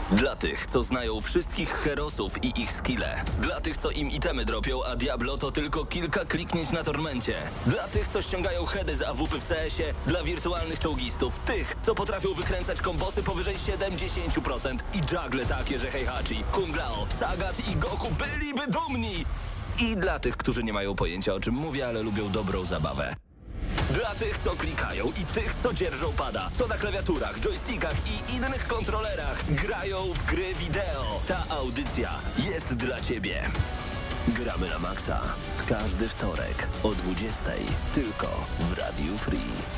Dla tych, co znają wszystkich herosów i ich skille. Dla tych, co im itemy dropią, a Diablo to tylko kilka kliknięć na tormencie. Dla tych, co ściągają heady z AWP w CS-ie. Dla wirtualnych czołgistów. Tych, co potrafią wykręcać kombosy powyżej 70% i juggle takie, że Heihachi, Kung Lao, Sagat i Goku byliby dumni. I dla tych, którzy nie mają pojęcia, o czym mówię, ale lubią dobrą zabawę. Dla tych, co klikają i tych, co dzierżą pada, co na klawiaturach, joystickach i innych kontrolerach grają w gry wideo. Ta audycja jest dla Ciebie. Gramy na maksa w każdy wtorek o 20:00 tylko w Radiu Free.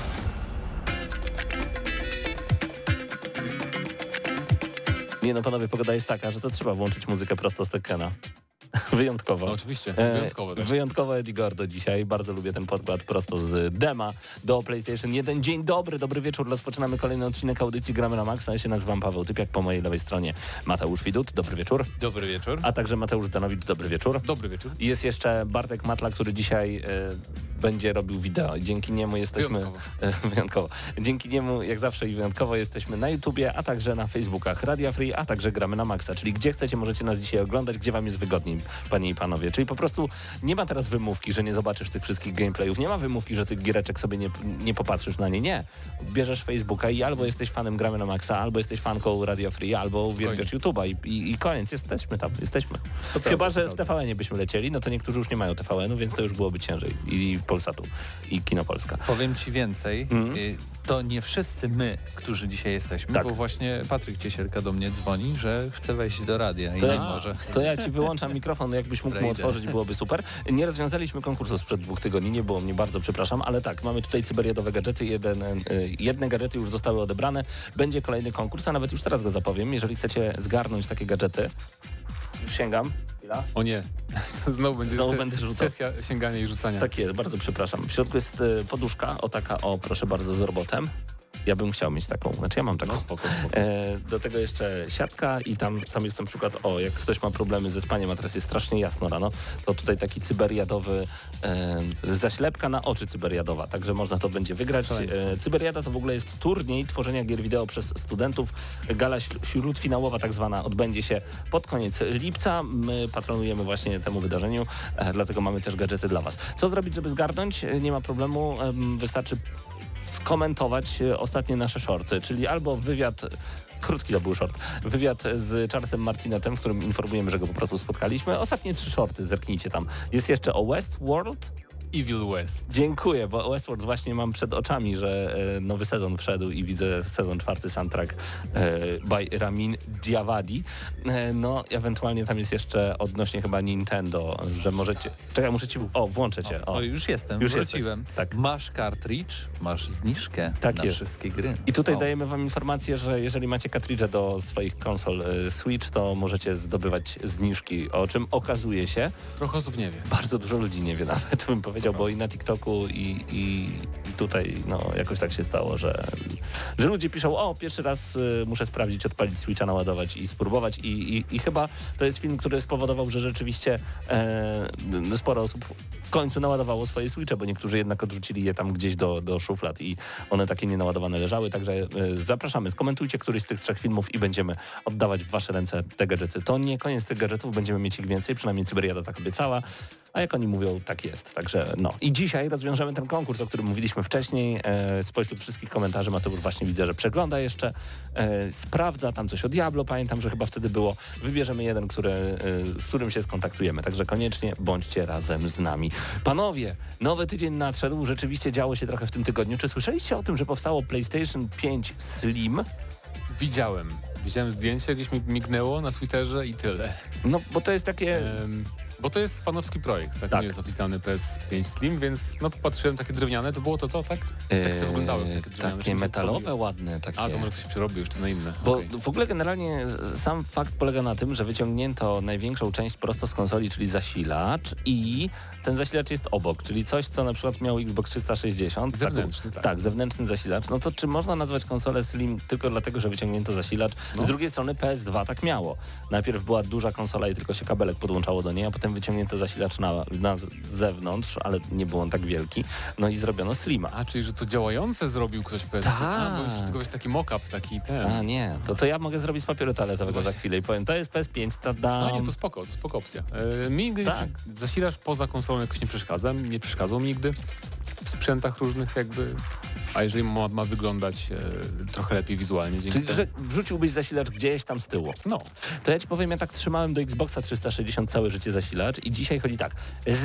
Nie no, panowie, pogoda jest taka, że to trzeba włączyć muzykę prosto z Tekkena. Wyjątkowo. No oczywiście, wyjątkowo też. Wyjątkowo Eddie Gordo dzisiaj. Bardzo lubię ten podkład prosto z dema do PlayStation 1. Dzień dobry, dobry wieczór. Rozpoczynamy kolejny odcinek audycji Gramy na Maxa. Ja się nazywam Paweł Typiak, po mojej lewej stronie Mateusz Widut. Dobry wieczór. Dobry wieczór. A także Mateusz Zdanowicz. Dobry wieczór. Dobry wieczór. I jest jeszcze Bartek Matla, który dzisiaj będzie robił wideo. Dzięki niemu jesteśmy... Wyjątkowo. Dzięki niemu, jak zawsze i wyjątkowo, jesteśmy na YouTubie, a także na Facebookach Radia Free, a także Gramy na Maxa. Czyli gdzie chcecie, możecie nas dzisiaj oglądać, gdzie wam jest wygodniej, panie i panowie. Czyli po prostu nie ma teraz wymówki, że nie zobaczysz tych wszystkich gameplayów. Nie ma wymówki, że tych giereczek sobie nie popatrzysz na nie. Nie. Bierzesz Facebooka i albo jesteś fanem Gramy na Maxa, albo jesteś fanką Radio Free, albo uwielbiasz YouTube'a i koniec. Jesteśmy tam. Jesteśmy. Chyba, że w TVN-ie byśmy lecieli, no to niektórzy już nie mają TVN-u, więc to już byłoby ciężej. I Polsatu, i Kino Polska. Powiem ci więcej. To nie wszyscy my, którzy dzisiaj jesteśmy, tak. Bo właśnie Patryk Ciesielka do mnie dzwoni, że chce wejść do radia i nie może. To ja ci wyłączam mikrofon, jakbyś mógł mu otworzyć, byłoby super. Nie rozwiązaliśmy konkursu sprzed 2 tygodni, nie było mnie, bardzo przepraszam, ale tak, mamy tutaj cyberiadowe gadżety, jedne gadżety już zostały odebrane, będzie kolejny konkurs, a nawet już teraz go zapowiem, jeżeli chcecie zgarnąć takie gadżety, już sięgam. O nie, znowu będzie sesja sięgania i rzucania. Tak jest, bardzo przepraszam. W środku jest poduszka, o taka, o proszę bardzo, z robotem. Ja bym chciał mieć taką, znaczy ja mam taką. No, spoko. Do tego jeszcze siatka i tam jest na przykład, jak ktoś ma problemy ze spaniem, a teraz jest strasznie jasno rano, to tutaj taki cyberiadowy, zaślepka na oczy cyberiadowa, także można to będzie wygrać. Cyberiada to w ogóle jest turniej tworzenia gier wideo przez studentów. Gala śródfinałowa tak zwana odbędzie się pod koniec lipca. My patronujemy właśnie temu wydarzeniu, dlatego mamy też gadżety dla Was. Co zrobić, żeby zgarnąć? Nie ma problemu, wystarczy komentować ostatnie nasze shorty, czyli albo wywiad, krótki to był short, wywiad z Charlesem Martinetem, w którym informujemy, że go po prostu spotkaliśmy. Ostatnie 3 shorty, zerknijcie tam. Jest jeszcze o Westworld. Evil West. Dziękuję, bo Westworld właśnie mam przed oczami, że nowy sezon wszedł i widzę sezon 4 soundtrack by Ramin Djawadi. No, ewentualnie tam jest jeszcze odnośnie chyba Nintendo, że możecie... Czekaj, muszę ci... włączę cię. O, już jestem, już wróciłem. Tak. Masz cartridge, masz zniżkę na wszystkie gry. I tutaj dajemy wam informację, że jeżeli macie cartridge do swoich konsol Switch, to możecie zdobywać zniżki, o czym okazuje się... Trochę osób nie wie. Bardzo dużo ludzi nie wie nawet, bym powiedział, bo i na TikToku i tutaj jakoś tak się stało, że ludzie piszą, pierwszy raz muszę sprawdzić, odpalić Switcha, naładować i spróbować i chyba to jest film, który spowodował, że rzeczywiście sporo osób w końcu naładowało swoje Switche, bo niektórzy jednak odrzucili je tam gdzieś do szuflad i one takie nienaładowane leżały, także zapraszamy, skomentujcie któryś z tych 3 filmów i będziemy oddawać w wasze ręce te gadżety. To nie koniec tych gadżetów, będziemy mieć ich więcej, przynajmniej Cyberiada tak obiecała, a jak oni mówią, tak jest. Także I dzisiaj rozwiążemy ten konkurs, o którym mówiliśmy wcześniej. Spośród wszystkich komentarzy Mateusz właśnie widzę, że przegląda jeszcze, sprawdza tam coś o Diablo, pamiętam, że chyba wtedy było. Wybierzemy jeden, z którym się skontaktujemy. Także koniecznie bądźcie razem z nami. Panowie, nowy tydzień nadszedł, rzeczywiście działo się trochę w tym tygodniu. Czy słyszeliście o tym, że powstało PlayStation 5 Slim? Widziałem zdjęcie, gdzieś mi mignęło na Twitterze i tyle. No, bo to jest takie... Bo to jest fanowski projekt, tak? Nie jest oficjalny PS5 Slim, więc popatrzyłem, takie drewniane, to było to, tak? Tak to wyglądały. Takie metalowe, ładne. Takie. A, to może ktoś przerobił jeszcze na inne. Bo w ogóle generalnie sam fakt polega na tym, że wyciągnięto największą część prosto z konsoli, czyli zasilacz i ten zasilacz jest obok, czyli coś, co na przykład miał Xbox 360. Zewnętrzny, tak, zewnętrzny zasilacz. No to czy można nazwać konsolę Slim tylko dlatego, że wyciągnięto zasilacz? Z drugiej strony PS2 tak miało. Najpierw była duża konsola i tylko się kabelek podłączało do niej, a potem potem wyciągnięto zasilacz na zewnątrz, ale nie był on tak wielki, no i zrobiono Slima. A, czyli że to działające zrobił ktoś PS5? Tak. Bo już tylko jest taki mock-up, taki ten. A nie, to ja mogę zrobić z papieru toaletowego za chwilę i powiem, to jest PS5, tada. No nie, to spoko opcja. Mi zasilacz poza konsolą jakoś nie przeszkadzał mi nigdy w sprzętach różnych jakby, a jeżeli ma wyglądać trochę lepiej wizualnie dzięki Czyli, że wrzuciłbyś zasilacz gdzieś tam z tyłu. No. To ja ci powiem, ja tak trzymałem do Xboxa 360 całe życie zasilacz i dzisiaj chodzi tak.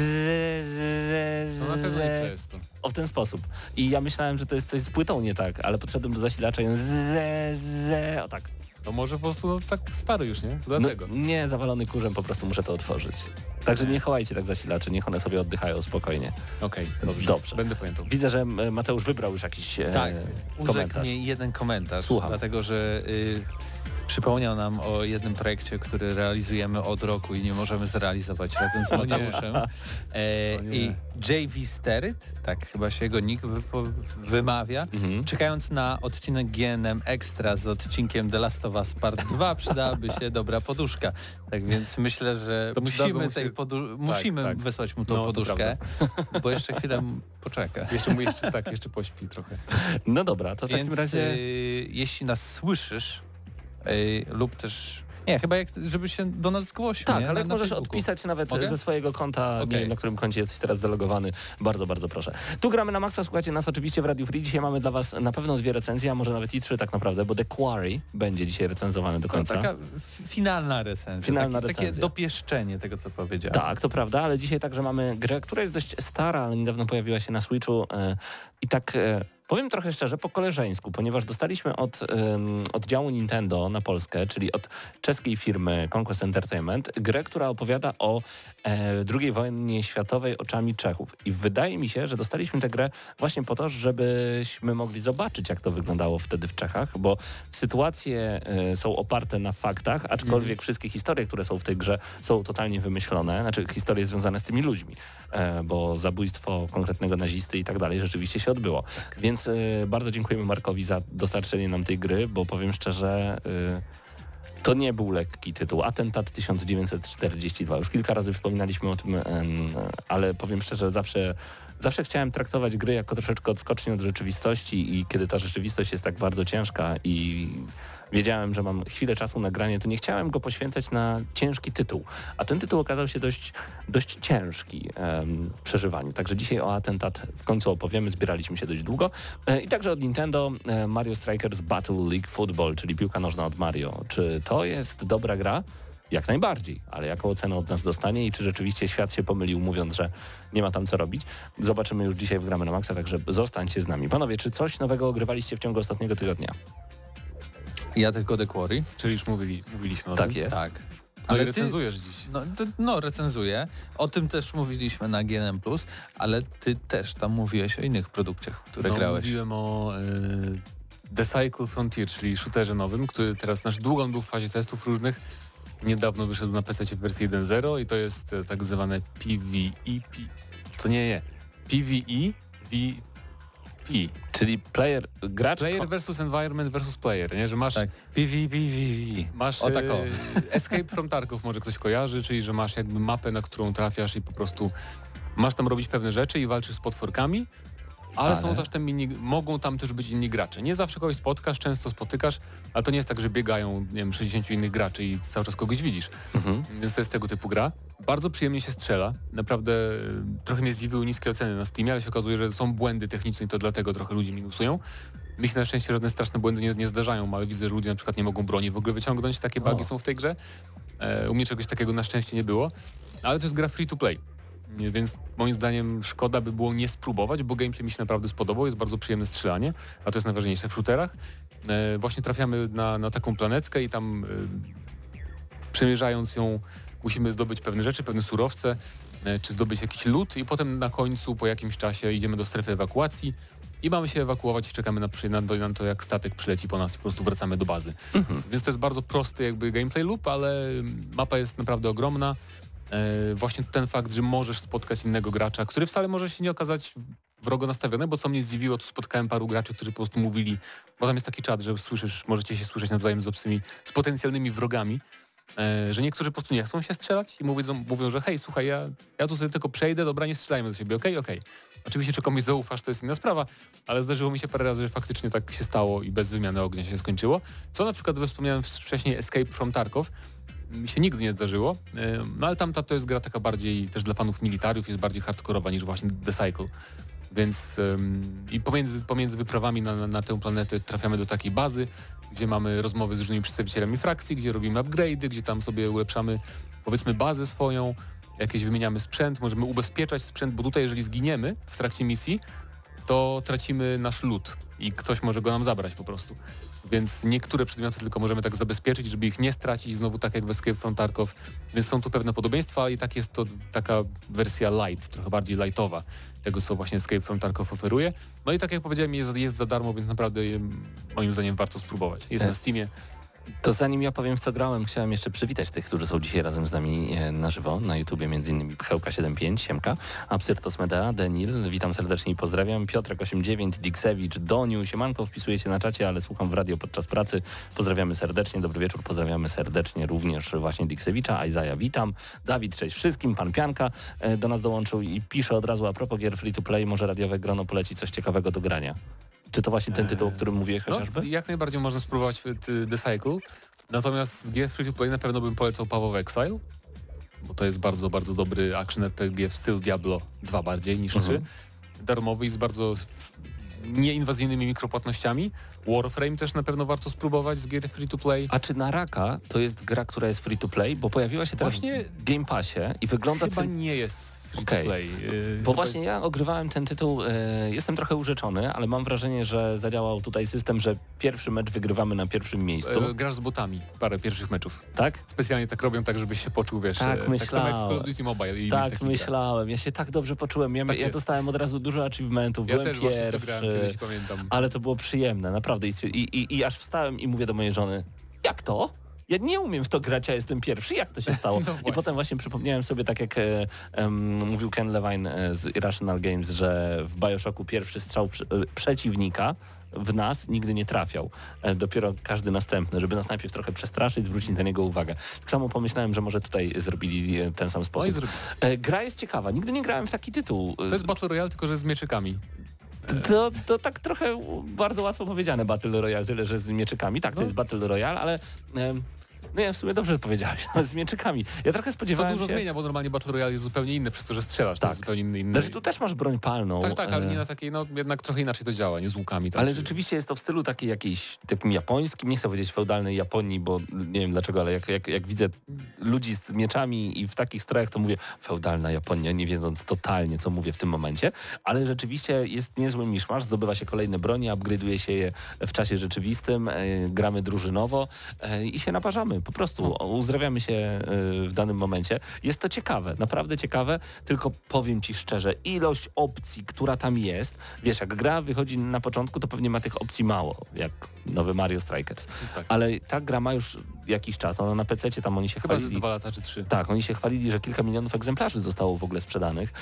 No na pewno nie jest to. O, w ten sposób. I ja myślałem, że to jest coś z płytą nie tak, ale podszedłem do zasilacza i on o tak. No może po prostu tak stary już, nie? To dlatego. No, nie, zawalony kurzem, po prostu muszę to otworzyć. Także nie chowajcie tak zasilaczy, niech one sobie oddychają spokojnie. Okej, dobrze. Będę pamiętał. Widzę, że Mateusz wybrał już jakiś urzekł mnie jeden komentarz. Słucham. Dlatego, że przypomniał nam o jednym projekcie, który realizujemy od roku i nie możemy zrealizować razem z Mateuszem. I JV Steryt, tak chyba się jego nick wymawia, czekając na odcinek GNM Extra z odcinkiem The Last of Us Part 2 przydałaby się dobra poduszka. Tak więc myślę, że musimy wysłać mu tą poduszkę, bo jeszcze chwilę poczeka. Jeszcze pośpi trochę. No dobra, to w więc, takim razie... jeśli nas słyszysz lub też... Nie, chyba żeby się do nas zgłosił. Tak, nie? ale na możesz Facebooku. odpisać nawet Mogę? ze swojego konta, nie wiem na którym koncie jesteś teraz delegowany. Bardzo, bardzo proszę. Tu gramy na maksa, słuchajcie nas oczywiście w Radio Free. Dzisiaj mamy dla was na pewno 2 recenzje, a może nawet i 3 tak naprawdę, bo The Quarry będzie dzisiaj recenzowany do końca. Taka finalna recenzja. Takie recenzja. Dopieszczenie tego, co powiedziałem. Tak, to prawda, ale dzisiaj także mamy grę, która jest dość stara, ale niedawno pojawiła się na Switchu i tak... Powiem trochę szczerze, po koleżeńsku, ponieważ dostaliśmy od działu Nintendo na Polskę, czyli od czeskiej firmy Conquest Entertainment, grę, która opowiada o II wojnie światowej oczami Czechów. I wydaje mi się, że dostaliśmy tę grę właśnie po to, żebyśmy mogli zobaczyć, jak to wyglądało wtedy w Czechach, bo sytuacje są oparte na faktach, aczkolwiek wszystkie historie, które są w tej grze, są totalnie wymyślone, znaczy historie związane z tymi ludźmi, bo zabójstwo konkretnego nazisty i tak dalej rzeczywiście się odbyło. Więc bardzo dziękujemy Markowi za dostarczenie nam tej gry, bo powiem szczerze, to nie był lekki tytuł. Atentat 1942. Już kilka razy wspominaliśmy o tym, ale powiem szczerze, zawsze chciałem traktować gry jako troszeczkę odskocznie od rzeczywistości i kiedy ta rzeczywistość jest tak bardzo ciężka i wiedziałem, że mam chwilę czasu na granie, to nie chciałem go poświęcać na ciężki tytuł. A ten tytuł okazał się dość ciężki w przeżywaniu. Także dzisiaj o Atentat w końcu opowiemy, zbieraliśmy się dość długo. I także od Nintendo Mario Strikers Battle League Football, czyli piłka nożna od Mario. Czy to jest dobra gra? Jak najbardziej, ale jaką ocenę od nas dostanie i czy rzeczywiście świat się pomylił, mówiąc, że nie ma tam co robić? Zobaczymy już dzisiaj w Gramy na Maxa, także zostańcie z nami. Panowie, czy coś nowego ogrywaliście w ciągu ostatniego tygodnia? Ja tylko The Quarry. Czyli już mówiliśmy o tak tym. Jest. Tak. Ale recenzujesz dziś. Recenzuję. O tym też mówiliśmy na GNM+, ale ty też tam mówiłeś o innych produkcjach, które grałeś. Mówiłem o The Cycle Frontier, czyli shooterze nowym, który teraz długo był w fazie testów różnych. Niedawno wyszedł na PC w wersji 1.0 i to jest tak zwane PvE. To nie. PvE Czyli gracz... Player versus environment versus player, nie? Że masz... Tak. PvE. Masz Escape from Tarkov, może ktoś kojarzy, czyli że masz jakby mapę, na którą trafiasz i po prostu masz tam robić pewne rzeczy i walczysz z potworkami, ale są też mogą tam też być inni gracze. Nie zawsze kogoś spotkasz, często spotykasz, ale to nie jest tak, że biegają, nie wiem, 60 innych graczy i cały czas kogoś widzisz. Więc to jest tego typu gra. Bardzo przyjemnie się strzela. Naprawdę trochę mnie zdziwiły niskie oceny na Steamie, ale się okazuje, że są błędy techniczne i to dlatego trochę ludzi minusują. Mi się na szczęście żadne straszne błędy nie zdarzają, ale widzę, że ludzie na przykład nie mogą broni w ogóle wyciągnąć. Takie bugi są w tej grze. U mnie czegoś takiego na szczęście nie było. Ale to jest gra free to play. Więc moim zdaniem szkoda by było nie spróbować, bo gameplay mi się naprawdę spodobał, jest bardzo przyjemne strzelanie, a to jest najważniejsze w shooterach. Właśnie trafiamy na taką planetkę i tam przemierzając ją musimy zdobyć pewne rzeczy, pewne surowce, czy zdobyć jakiś loot i potem na końcu po jakimś czasie idziemy do strefy ewakuacji i mamy się ewakuować i czekamy na to, jak statek przyleci po nas i po prostu wracamy do bazy. Więc to jest bardzo prosty jakby gameplay loop, ale mapa jest naprawdę ogromna. Właśnie ten fakt, że możesz spotkać innego gracza, który wcale może się nie okazać wrogo nastawiony, bo co mnie zdziwiło, to spotkałem paru graczy, którzy po prostu mówili, bo tam jest taki czat, że możecie się słyszeć nawzajem z potencjalnymi wrogami że niektórzy po prostu nie chcą się strzelać i mówią, że hej, słuchaj, ja tu sobie tylko przejdę, dobra, nie strzelajmy do siebie, okej. Oczywiście, czy komuś zaufasz, to jest inna sprawa, ale zdarzyło mi się parę razy, że faktycznie tak się stało i bez wymiany ognia się skończyło. Co na przykład wspomniałem wcześniej Escape from Tarkov, mi się nigdy nie zdarzyło, no ale tamta to jest gra taka bardziej też dla fanów militariów, jest bardziej hardkorowa niż właśnie The Cycle. Więc i pomiędzy wyprawami na tę planetę trafiamy do takiej bazy, gdzie mamy rozmowy z różnymi przedstawicielami frakcji, gdzie robimy upgrade'y, gdzie tam sobie ulepszamy, powiedzmy, bazę swoją, jakieś wymieniamy sprzęt, możemy ubezpieczać sprzęt, bo tutaj jeżeli zginiemy w trakcie misji, to tracimy nasz loot i ktoś może go nam zabrać po prostu. Więc niektóre przedmioty tylko możemy tak zabezpieczyć, żeby ich nie stracić, znowu tak jak w Escape from Tarkov, więc są tu pewne podobieństwa i tak jest to taka wersja light, trochę bardziej lightowa tego, co właśnie Escape from Tarkov oferuje. No i tak jak powiedziałem, jest za darmo, więc naprawdę moim zdaniem warto spróbować. Jest na Steamie. To zanim ja powiem, w co grałem, chciałem jeszcze przywitać tych, którzy są dzisiaj razem z nami na żywo, na YouTubie, m.in. Pchełka75, Siemka, Absyrtos Medea, Denil, witam serdecznie i pozdrawiam, Piotrek89, Diksewicz, Doniu, siemanko, wpisuję się na czacie, ale słucham w radio podczas pracy, pozdrawiamy serdecznie, dobry wieczór, pozdrawiamy serdecznie również właśnie Diksewicza, Izaja, witam, Dawid, cześć wszystkim, pan Pianka do nas dołączył i pisze od razu a propos gier free to play, może radiowe grono poleci coś ciekawego do grania. Czy to właśnie ten tytuł, o którym mówię chociażby? No, jak najbardziej można spróbować The Cycle, natomiast z gier free to play na pewno bym polecał Path of Exile, bo to jest bardzo, bardzo dobry action RPG w stylu Diablo 2 bardziej niż 3. Darmowy i z bardzo nieinwazyjnymi mikropłatnościami. Warframe też na pewno warto spróbować z gier free to play. A czy Naraka to jest gra, która jest free to play? Bo pojawiła się teraz właśnie w Game Passie i wygląda... Chyba nie jest free to play. Bo właśnie ja ogrywałem ten tytuł, jestem trochę urzeczony, ale mam wrażenie, że zadziałał tutaj system, że pierwszy mecz wygrywamy na pierwszym miejscu. Grasz z botami parę pierwszych meczów. Tak? Specjalnie tak robią, tak żebyś się poczuł, wiesz, tak tak samo jak w Call of Duty Mobile. I tak myślałem, ja się tak dobrze poczułem. Ja dostałem od razu dużo achievementów, ja byłem też pierwszy, właśnie w to grałem kiedyś, pamiętam. Ale to było przyjemne, naprawdę. I aż wstałem i mówię do mojej żony, jak to? Ja nie umiem w to grać, a jestem pierwszy. Jak to się stało? No i potem właśnie przypomniałem sobie, tak jak mówił Ken Levine z Irrational Games, że w BioShocku pierwszy strzał przeciwnika w nas nigdy nie trafiał. Dopiero każdy następny, żeby nas najpierw trochę przestraszyć, zwrócić na niego uwagę. Tak samo pomyślałem, że może tutaj zrobili ten sam sposób. Gra jest ciekawa. Nigdy nie grałem w taki tytuł. To jest Battle Royale, tylko że z mieczykami. To tak trochę bardzo łatwo powiedziane Battle Royale, tyle że z mieczykami. Tak, to jest Battle Royale, ale... No ja w sumie dobrze powiedziałeś, z mieczykami. Ja trochę spodziewałem się... Co dużo zmienia, bo normalnie Battle Royale jest zupełnie inny, przez to, że strzelasz. Tak. To jest zupełnie inny. Znaczy tu też masz broń palną. Tak, ale nie na takiej, no jednak trochę inaczej to działa, nie z łukami. Tak, ale rzeczywiście jest to w stylu takiej jakiejś, takim japońskim, nie chcę powiedzieć feudalnej Japonii, bo nie wiem dlaczego, ale jak widzę ludzi z mieczami i w takich strojach, to mówię feudalna Japonia, nie wiedząc totalnie, co mówię w tym momencie, ale rzeczywiście jest niezły miszmasz, zdobywa się kolejne broni, upgrade'uje się je w czasie rzeczywistym, gramy drużynowo i się naparzamy, po prostu uzdrawiamy się w danym momencie. Jest to ciekawe, naprawdę ciekawe, tylko powiem Ci szczerze, ilość opcji, która tam jest, wiesz, jak gra wychodzi na początku, to pewnie ma tych opcji mało, jak nowy Mario Strikers. Tak. Ale ta gra ma już jakiś czas, ona na PC-cie tam oni się chwalili. Chyba z 2 lata czy 3. Tak, oni się chwalili, że kilka milionów egzemplarzy zostało w ogóle sprzedanych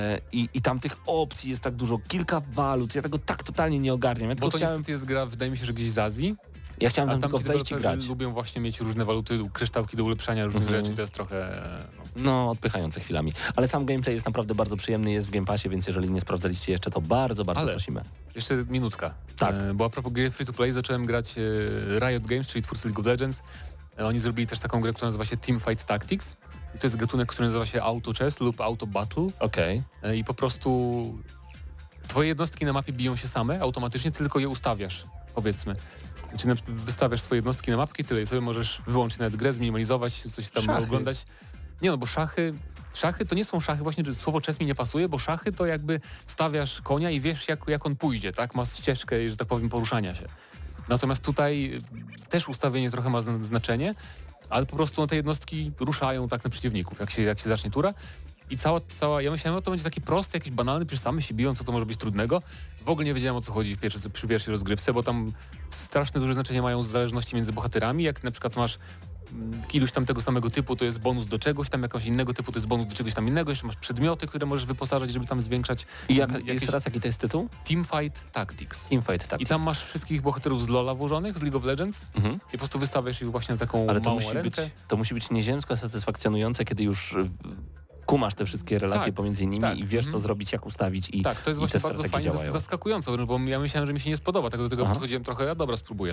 i tam tych opcji jest tak dużo, kilka walut, ja tego tak totalnie nie ogarniam. Ja bo to niestety jest gra, wydaje mi się, że gdzieś z Azji. Ja chciałem tam tylko wejść i grać. Lubią właśnie mieć różne waluty, kryształki do ulepszania różnych rzeczy, to jest trochę... No, odpychające chwilami. Ale sam gameplay jest naprawdę bardzo przyjemny, jest w Game Passie, więc jeżeli nie sprawdzaliście jeszcze, to bardzo prosimy. Jeszcze minutka. Tak. Bo a propos gry free to play zacząłem grać Riot Games, czyli twórcy League of Legends. Oni zrobili też taką grę, która nazywa się Teamfight Tactics. I to jest gatunek, który nazywa się Auto Chess lub Auto Battle. Okej. I po prostu twoje jednostki na mapie biją się same automatycznie, tylko je ustawiasz, powiedzmy. Znaczy wystawiasz swoje jednostki na mapkę i tyle. I sobie możesz wyłączyć nawet grę, zminimalizować, coś tam oglądać. Nie no, bo szachy to nie są szachy, właśnie słowo chess mi nie pasuje, bo szachy to jakby stawiasz konia i wiesz jak on pójdzie, tak? Ma ścieżkę, że tak powiem, poruszania się. Natomiast tutaj też ustawienie trochę ma znaczenie, ale po prostu te jednostki ruszają tak na przeciwników, jak się zacznie tura. I cała, ja myślałem, że to będzie taki prosty, jakiś banalny, przecież same się biją, co to może być trudnego. W ogóle nie wiedziałem, o co chodzi przy pierwszej rozgrywce, bo tam strasznie duże znaczenie mają zależności między bohaterami. Jak na przykład masz iluś tam tego samego typu to jest bonus do czegoś, tam jakiegoś innego typu to jest bonus do czegoś tam innego, jeszcze masz przedmioty, które możesz wyposażać, żeby tam zwiększać. I jeszcze raz, jaki to jest tytuł? Teamfight Tactics. Teamfight Tactics. I tam masz wszystkich bohaterów z LoL'a włożonych, z League of Legends i po prostu wystawiasz ich właśnie na taką Ale małą arenkę. to musi być nieziemsko satysfakcjonujące, kiedy już kumasz te wszystkie relacje pomiędzy nimi i wiesz, co zrobić, jak ustawić i tak, to jest właśnie bardzo fajnie zaskakujące, bo ja myślałem, że mi się nie spodoba, tak do tego podchodziłem trochę, ja dobra, spróbuję.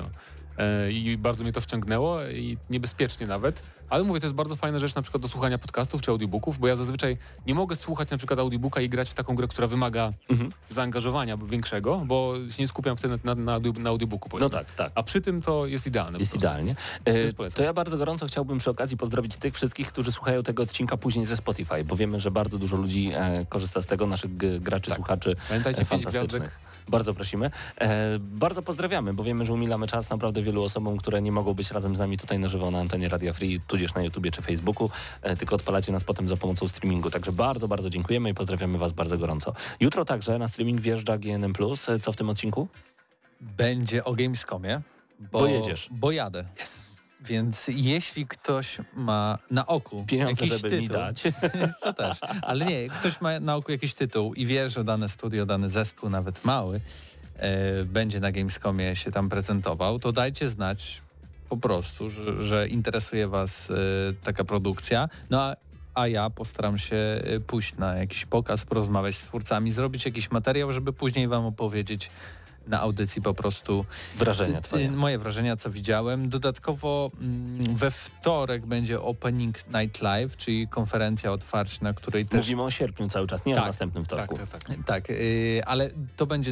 I bardzo mnie to wciągnęło i niebezpiecznie nawet, ale mówię, to jest bardzo fajna rzecz na przykład do słuchania podcastów czy audiobooków, bo ja zazwyczaj nie mogę słuchać na przykład audiobooka i grać w taką grę, która wymaga zaangażowania większego, bo się nie skupiam wtedy na audiobooku, powiedzmy. No tak. A przy tym to jest idealne. Jest idealnie. To ja bardzo gorąco chciałbym przy okazji pozdrowić tych wszystkich, którzy słuchają tego odcinka później ze Spotify, bo wiemy, że bardzo dużo ludzi korzysta z tego, naszych graczy, słuchaczy. Pamiętajcie, 5 gwiazdek. Bardzo prosimy. Bardzo pozdrawiamy, bo wiemy, że umilamy czas naprawdę wielu osobom, które nie mogą być razem z nami tutaj na żywo na antenie Radia Free, tudzież na YouTubie czy Facebooku, tylko odpalacie nas potem za pomocą streamingu. Także bardzo, bardzo dziękujemy i pozdrawiamy Was bardzo gorąco. Jutro także na streaming wjeżdża GNM+. Co w tym odcinku? Będzie o Gamescomie. Bo jedziesz. Bo jadę. Yes. Więc jeśli ktoś ma na oku pieniądze, jakiś żeby tytuł, mi dać. to też, ale nie, ktoś ma na oku jakiś tytuł i wie, że dane studio, dany zespół, nawet mały, będzie na Gamescomie się tam prezentował, to dajcie znać po prostu, że interesuje Was taka produkcja. No a ja postaram się pójść na jakiś pokaz, porozmawiać z twórcami, zrobić jakiś materiał, żeby później Wam opowiedzieć na audycji po prostu wrażenia twoje. Moje wrażenia, co widziałem. Dodatkowo we wtorek będzie Opening Night Live, czyli konferencja otwarcia, na której też... Mówimy o sierpniu cały czas, nie o następnym wtorku. Tak, ale to będzie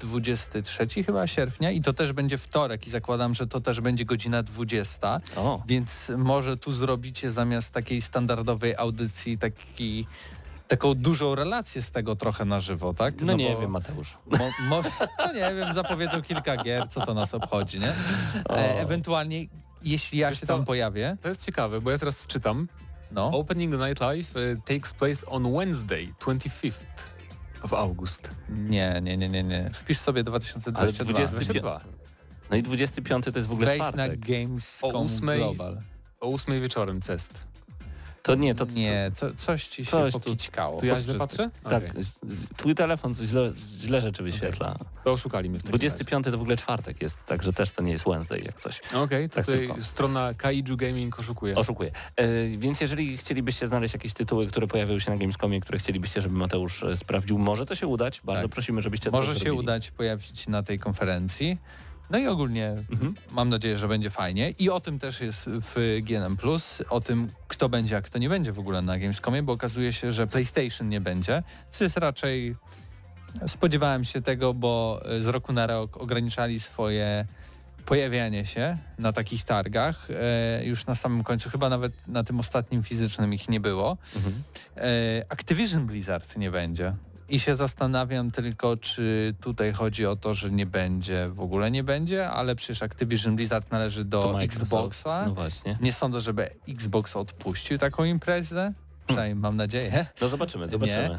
23 chyba sierpnia i to też będzie wtorek i zakładam, że to też będzie godzina 20, więc może tu zrobicie zamiast takiej standardowej audycji taką dużą relację z tego trochę na żywo, tak? No nie wiem, Mateusz. No nie wiem, zapowiedzą kilka gier, co to nas obchodzi, nie? Ewentualnie, jeśli ja się tam pojawię... To jest ciekawe, bo ja teraz czytam. Opening Night Live takes place on Wednesday, 25th of August. Nie. Wpisz sobie 2022. No i 25 to jest w ogóle czwartek. Wejdź na Gamescom Global. O 8 wieczorem test. To nie, coś ci się pokićkało. To ja źle patrzę? Tak, twój telefon źle rzeczy wyświetla. To oszukali mnie w takim 25 to w ogóle czwartek jest, także też to nie jest Wednesday jak coś. Okej, to tutaj strona Kaiju Gaming oszukuje. Więc jeżeli chcielibyście znaleźć jakieś tytuły, które pojawiły się na Gamescomie, które chcielibyście, żeby Mateusz sprawdził, może to się udać. Bardzo prosimy, żebyście to zrobili. Może się zrobili. udać pojawić na tej konferencji. No i ogólnie mam nadzieję, że będzie fajnie. I o tym też jest w GNM+, o tym, kto będzie, a kto nie będzie w ogóle na Gamescomie, bo okazuje się, że PlayStation nie będzie, co jest raczej... Spodziewałem się tego, bo z roku na rok ograniczali swoje pojawianie się na takich targach. Już na samym końcu, chyba nawet na tym ostatnim fizycznym ich nie było. Activision Blizzard nie będzie. I się zastanawiam tylko, czy tutaj chodzi o to, że nie będzie, w ogóle nie będzie, ale przecież Activision Blizzard należy do Xboxa. No właśnie. Nie sądzę, żeby Xbox odpuścił taką imprezę. Przynajmniej mam nadzieję. No zobaczymy.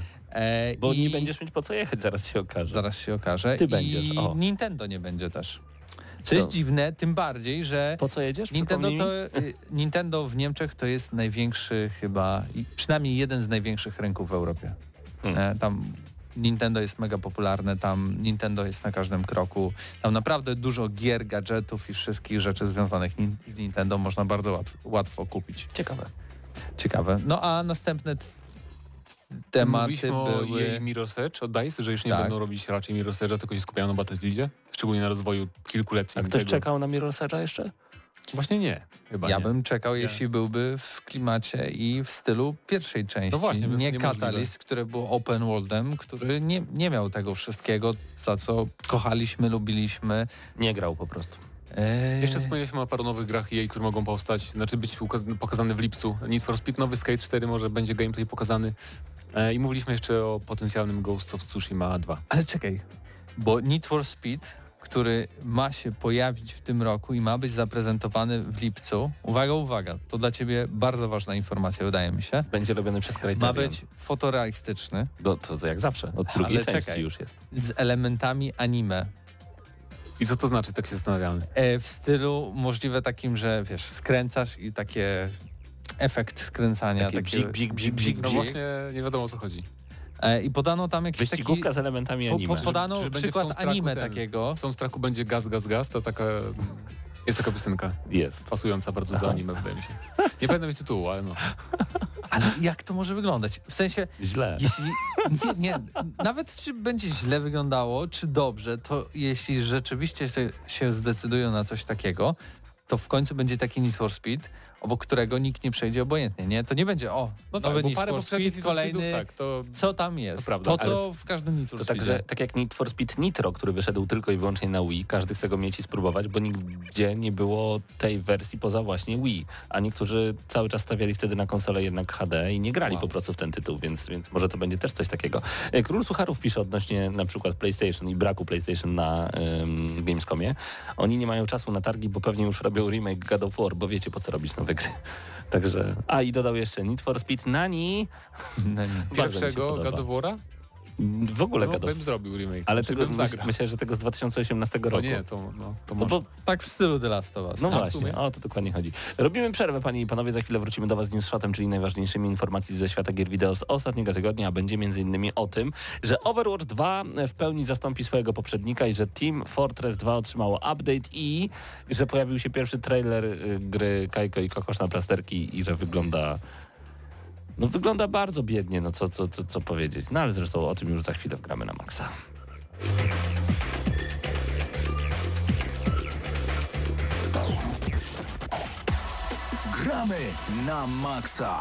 Bo nie będziesz mieć po co jechać, zaraz się okaże. Ty będziesz. Nintendo nie będzie też. Co jest dziwne, tym bardziej, że... Po co jedziesz? Nintendo w Niemczech to jest największy chyba, przynajmniej jeden z największych rynków w Europie. Tam Nintendo jest mega popularne, tam Nintendo jest na każdym kroku. Tam naprawdę dużo gier, gadżetów i wszystkich rzeczy związanych z Nintendo można bardzo łatwo kupić. Ciekawe. No a następne tematy mówiliśmy były... o Mirror's Edge, od DICE, że już nie będą robić raczej Mirror's Edge'a, tylko się skupiają na Battlefieldzie, szczególnie na rozwoju kilkuletnim. A ktoś czekał na Mirror's Edge'a jeszcze? Właśnie nie, chyba ja bym czekał, jeśli byłby w klimacie i w stylu pierwszej części. No właśnie, nie Catalyst, który był open worldem, który nie miał tego wszystkiego, za co kochaliśmy, lubiliśmy. Nie grał po prostu. Jeszcze wspomnieliśmy o paru nowych grach EA, które mogą powstać, być pokazane w lipcu. Need for Speed, nowy Skate 4, może będzie gameplay pokazany. I mówiliśmy jeszcze o potencjalnym Ghost of Tsushima 2. Ale czekaj, bo Need for Speed, który ma się pojawić w tym roku i ma być zaprezentowany w lipcu. Uwaga, to dla Ciebie bardzo ważna informacja, wydaje mi się. Będzie robiony przez Criterion. Ma być fotorealistyczny. To jak zawsze, od drugiej części już jest. Z elementami anime. I co to znaczy, tak się zastanawiamy? W stylu możliwe takim, że wiesz, skręcasz i takie efekt skręcania. Takie bzik. No właśnie nie wiadomo o co chodzi. I podano tam jakiś Wyścigówka taki... z elementami anime. Podano Że będzie przykład w soundtracku anime takiego. W soundtracku będzie gaz, to taka... Jest taka piosenka. Jest. Pasująca bardzo do anime, wydaje mi się. Nie pamiętam jej tytułu, ale no. Ale jak to może wyglądać? W sensie, Źle. jeśli... Nie, nawet czy będzie źle wyglądało, czy dobrze, to jeśli rzeczywiście się zdecydują na coś takiego, to w końcu będzie taki Need for Speed, obok którego nikt nie przejdzie obojętnie, nie? To nie będzie, nowy Need for Speed, kolejny, tak, to... co tam jest? To prawda, to co w każdym Need for To Speedzie. tak jak Need for Speed Nitro, który wyszedł tylko i wyłącznie na Wii, każdy chce go mieć i spróbować, bo nigdzie nie było tej wersji poza właśnie Wii, a niektórzy cały czas stawiali wtedy na konsolę jednak HD i nie grali po prostu w ten tytuł, więc może to będzie też coś takiego. Król Sucharów pisze odnośnie na przykład PlayStation i braku PlayStation na Gamescomie. Oni nie mają czasu na targi, bo pewnie już robią remake God of War, bo wiecie po co robić nowe gry. Także... i dodał jeszcze Need for Speed Nani. Pierwszego God of War'a? W ogóle no, God of... bym zrobił remake. Ale tego tego, myślę, że tego z 2018 roku. O nie, to może. Bo tak w stylu The Last of Us. No właśnie, o to dokładnie chodzi. Robimy przerwę, panie i panowie, za chwilę wrócimy do was z Newsshotem, czyli najważniejszymi informacji ze świata gier wideo z ostatniego tygodnia, a będzie m.in. o tym, że Overwatch 2 w pełni zastąpi swojego poprzednika i że Team Fortress 2 otrzymało update i że pojawił się pierwszy trailer gry Kajko i Kokosz na plasterki i że wygląda bardzo biednie, co powiedzieć. No ale zresztą o tym już za chwilę Gramy na Maxa. Gramy na Maxa.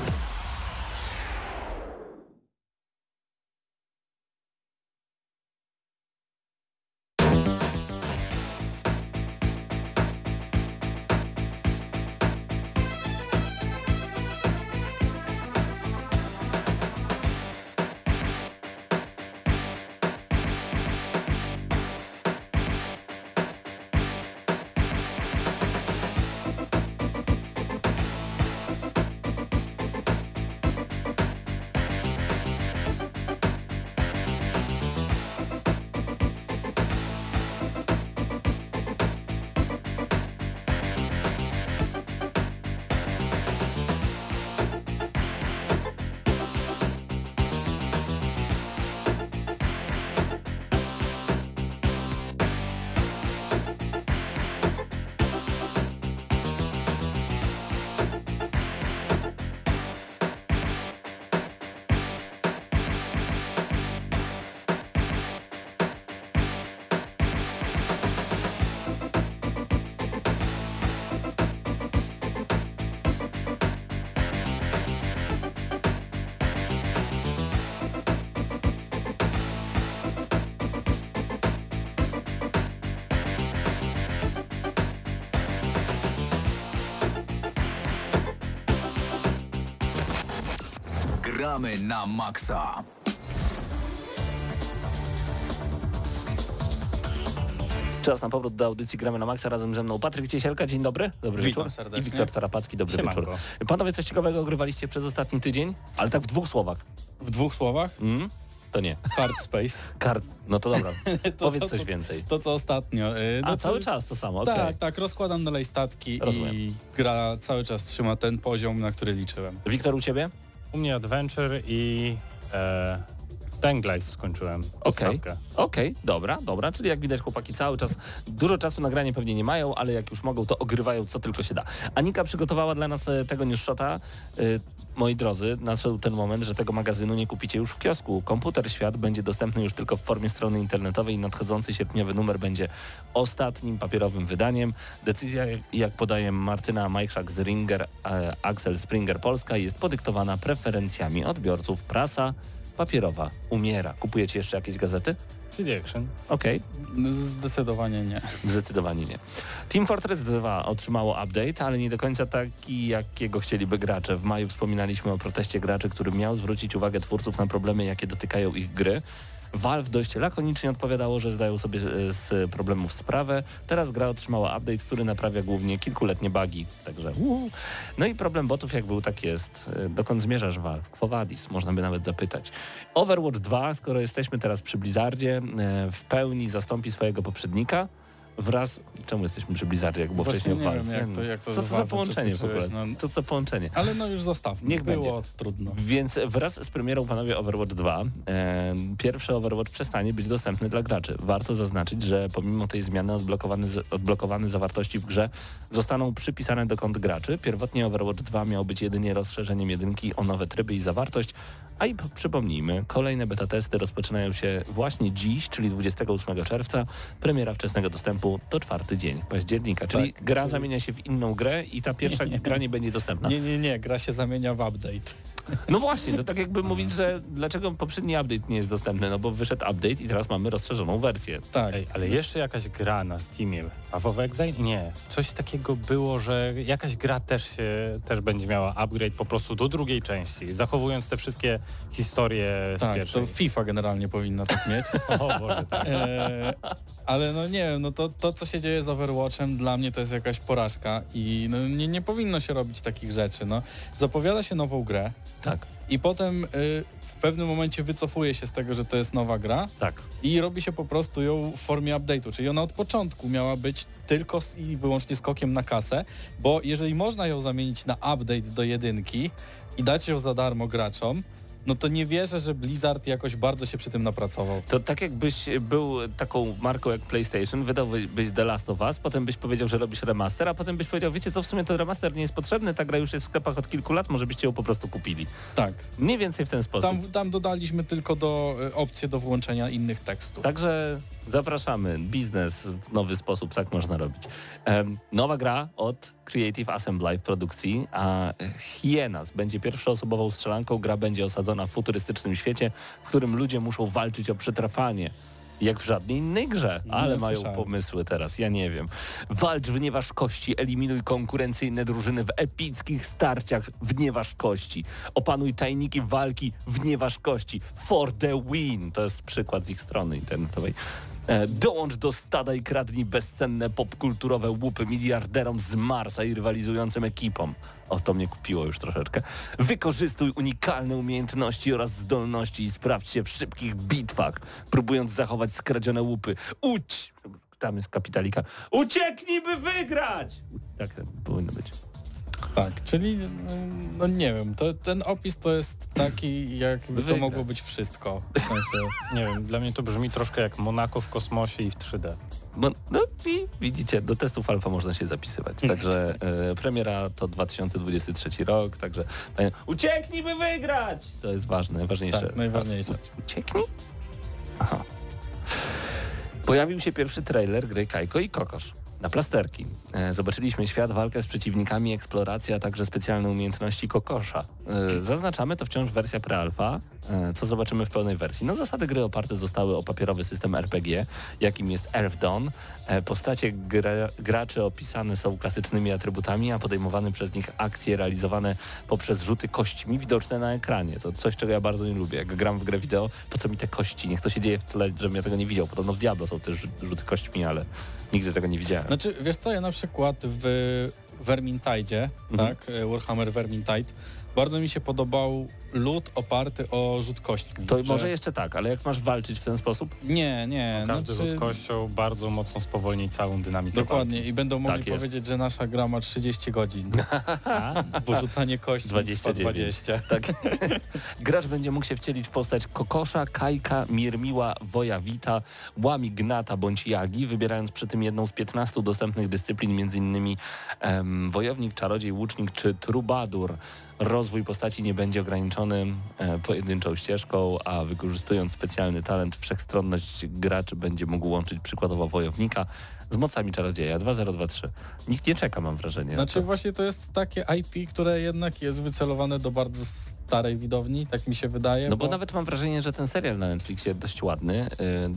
Gramy na Maxa. Czas na powrót do audycji Gramy na Maxa. Razem ze mną Patryk Ciesielka. Dzień dobry. Dobry Witam wieczór. serdecznie. I Wiktor Tarapacki. Dobry Siemanko. wieczór. Panowie, coś ciekawego ogrywaliście przez ostatni tydzień? Ale tak w dwóch słowach. W dwóch słowach? To nie. Card Space. No to dobra. Powiedz coś więcej. To co ostatnio. Cały czas to samo, okej. Tak, rozkładam dalej statki. Rozumiem. I gra cały czas trzyma ten poziom, na który liczyłem. Wiktor, u ciebie? U mnie Adventure i Tanglice skończyłem. Okej, dobra, czyli jak widać chłopaki cały czas, dużo czasu na granie pewnie nie mają, ale jak już mogą, to ogrywają co tylko się da. Anika przygotowała dla nas tego Newsshota. Moi drodzy, nadszedł ten moment, że tego magazynu nie kupicie już w kiosku. Komputer Świat będzie dostępny już tylko w formie strony internetowej i nadchodzący sierpniowy numer będzie ostatnim papierowym wydaniem. Decyzja, jak podaje Martyna Majchrzak z Ringer, Axel Springer Polska, jest podyktowana preferencjami odbiorców. Prasa papierowa umiera. Kupujecie jeszcze jakieś gazety? CD Action. Okej. Zdecydowanie nie. Zdecydowanie nie. Team Fortress 2 otrzymało update, ale nie do końca taki, jakiego chcieliby gracze. W maju wspominaliśmy o proteście graczy, który miał zwrócić uwagę twórców na problemy, jakie dotykają ich gry. Valve dość lakonicznie odpowiadało, że zdają sobie z problemów sprawę. Teraz gra otrzymała update, który naprawia głównie kilkuletnie bugi. Także No i problem botów jak był, tak jest. Dokąd zmierzasz, Valve? Quo vadis? Można by nawet zapytać. Overwatch 2, skoro jesteśmy teraz przy Blizzardzie, w pełni zastąpi swojego poprzednika. wraz... Czemu jesteśmy przy Blizzardzie, jak było Właśnie wcześniej nie Valve? wiem, jak to Co z to za Valve połączenie w ogóle? przeskoczyłeś, no. Co to połączenie? Ale no już zostawmy. Niech Było będzie. trudno. Więc wraz z premierą, panowie, Overwatch 2, pierwszy Overwatch przestanie być dostępny dla graczy. Warto zaznaczyć, że pomimo tej zmiany odblokowane zawartości w grze zostaną przypisane do kont graczy. Pierwotnie Overwatch 2 miał być jedynie rozszerzeniem jedynki o nowe tryby i zawartość, a i przypomnijmy, kolejne beta testy rozpoczynają się właśnie dziś, czyli 28 czerwca. Premiera wczesnego dostępu to 4 dzień października, czyli Tak, gra zamienia się w inną grę i ta pierwsza gra nie będzie dostępna. Nie, gra się zamienia w update. No właśnie, to tak jakby mówić, że dlaczego poprzedni update nie jest dostępny, no bo wyszedł update i teraz mamy rozszerzoną wersję. Tak. Ej, ale jeszcze jakaś gra na Steamie, Path of Exile? Nie. Coś takiego było, że jakaś gra też będzie miała upgrade po prostu do drugiej części, zachowując te wszystkie historie z Tak, pierwszej. to FIFA generalnie powinna tak mieć. O Boże, tak. Ale no nie wiem, no to co się dzieje z Overwatchem dla mnie to jest jakaś porażka i no, nie powinno się robić takich rzeczy. No. Zapowiada się nową grę Tak, i potem w pewnym momencie wycofuje się z tego, że to jest nowa gra tak. i robi się po prostu ją w formie update'u, czyli ona od początku miała być tylko i wyłącznie skokiem na kasę, bo jeżeli można ją zamienić na update do jedynki i dać ją za darmo graczom, no to nie wierzę, że Blizzard jakoś bardzo się przy tym napracował. To tak jakbyś był taką marką jak PlayStation, wydałbyś The Last of Us, potem byś powiedział, że robisz remaster, a potem byś powiedział, wiecie co, w sumie to remaster nie jest potrzebny, ta gra już jest w sklepach od kilku lat, może byście ją po prostu kupili. Tak. Mniej więcej w ten sposób. Tam dodaliśmy tylko opcję do włączenia innych tekstów. Także zapraszamy. Biznes w nowy sposób, tak można robić. Nowa gra od Creative Assembly w produkcji, a Hyenas będzie pierwszoosobową strzelanką. Gra będzie osadzona w futurystycznym świecie, w którym ludzie muszą walczyć o przetrwanie. Jak w żadnej innej grze, ale mają pomysły teraz, ja nie wiem. Walcz w nieważkości, eliminuj konkurencyjne drużyny w epickich starciach w nieważkości. Opanuj tajniki walki w nieważkości. For the win! To jest przykład z ich strony internetowej. Dołącz do stada i kradnij bezcenne popkulturowe łupy miliarderom z Marsa i rywalizującym ekipom. O, to mnie kupiło już troszeczkę. Wykorzystuj unikalne umiejętności oraz zdolności i sprawdź się w szybkich bitwach, próbując zachować skradzione łupy. Tam jest kapitalika. Ucieknij, by wygrać! Tak powinno być. Tak, czyli no nie wiem, ten opis to jest taki, jakby to mogło być wszystko. W sensie... Nie wiem, dla mnie to brzmi troszkę jak Monako w kosmosie i w 3D. No i widzicie, do testów alfa można się zapisywać. Także premiera to 2023 rok, także ucieknij, by wygrać! To jest ważne, najważniejsze. Tak, najważniejsze. Ucieknij? Aha. Pojawił się pierwszy trailer gry Kajko i Kokosz. Na plasterki. Zobaczyliśmy świat, walkę z przeciwnikami, eksplorację, a także specjalne umiejętności kokosza. Zaznaczamy, to wciąż wersja prealfa, co zobaczymy w pełnej wersji. No zasady gry oparte zostały o papierowy system RPG, jakim jest Earth Dawn. Postacie graczy opisane są klasycznymi atrybutami, a podejmowane przez nich akcje realizowane poprzez rzuty kośćmi widoczne na ekranie. To coś, czego ja bardzo nie lubię. Jak gram w grę wideo, po co mi te kości? Niech to się dzieje w tle, żebym ja tego nie widział. Podobno w Diablo są też rzuty kośćmi, ale nigdy tego nie widziałem. Znaczy, wiesz co, ja na przykład w Vermintide'zie, tak, Warhammer Vermintide, bardzo mi się podobał lód oparty o rzut kośćmi. To może jeszcze tak, ale jak masz walczyć w ten sposób? Nie. Każdy rzut kością bardzo mocno spowolni całą dynamikę. Dokładnie walki. i będą mogli Tak powiedzieć, że nasza gra ma 30 godzin, bo rzucanie kości 20. Tak. Gracz będzie mógł się wcielić w postać Kokosza, Kajka, Mirmiła, Wojawita, Łamignata bądź Jagi, wybierając przy tym jedną z 15 dostępnych dyscyplin, m.in. wojownik, czarodziej, łucznik czy trubadur. Rozwój postaci nie będzie ograniczony pojedynczą ścieżką, a wykorzystując specjalny talent, wszechstronność graczy będzie mógł łączyć przykładowo wojownika z mocami czarodzieja 2023. Nikt nie czeka, mam wrażenie. Znaczy właśnie to jest takie IP, które jednak jest wycelowane do bardzo starej widowni, tak mi się wydaje. No bo nawet mam wrażenie, że ten serial na Netflixie dość ładny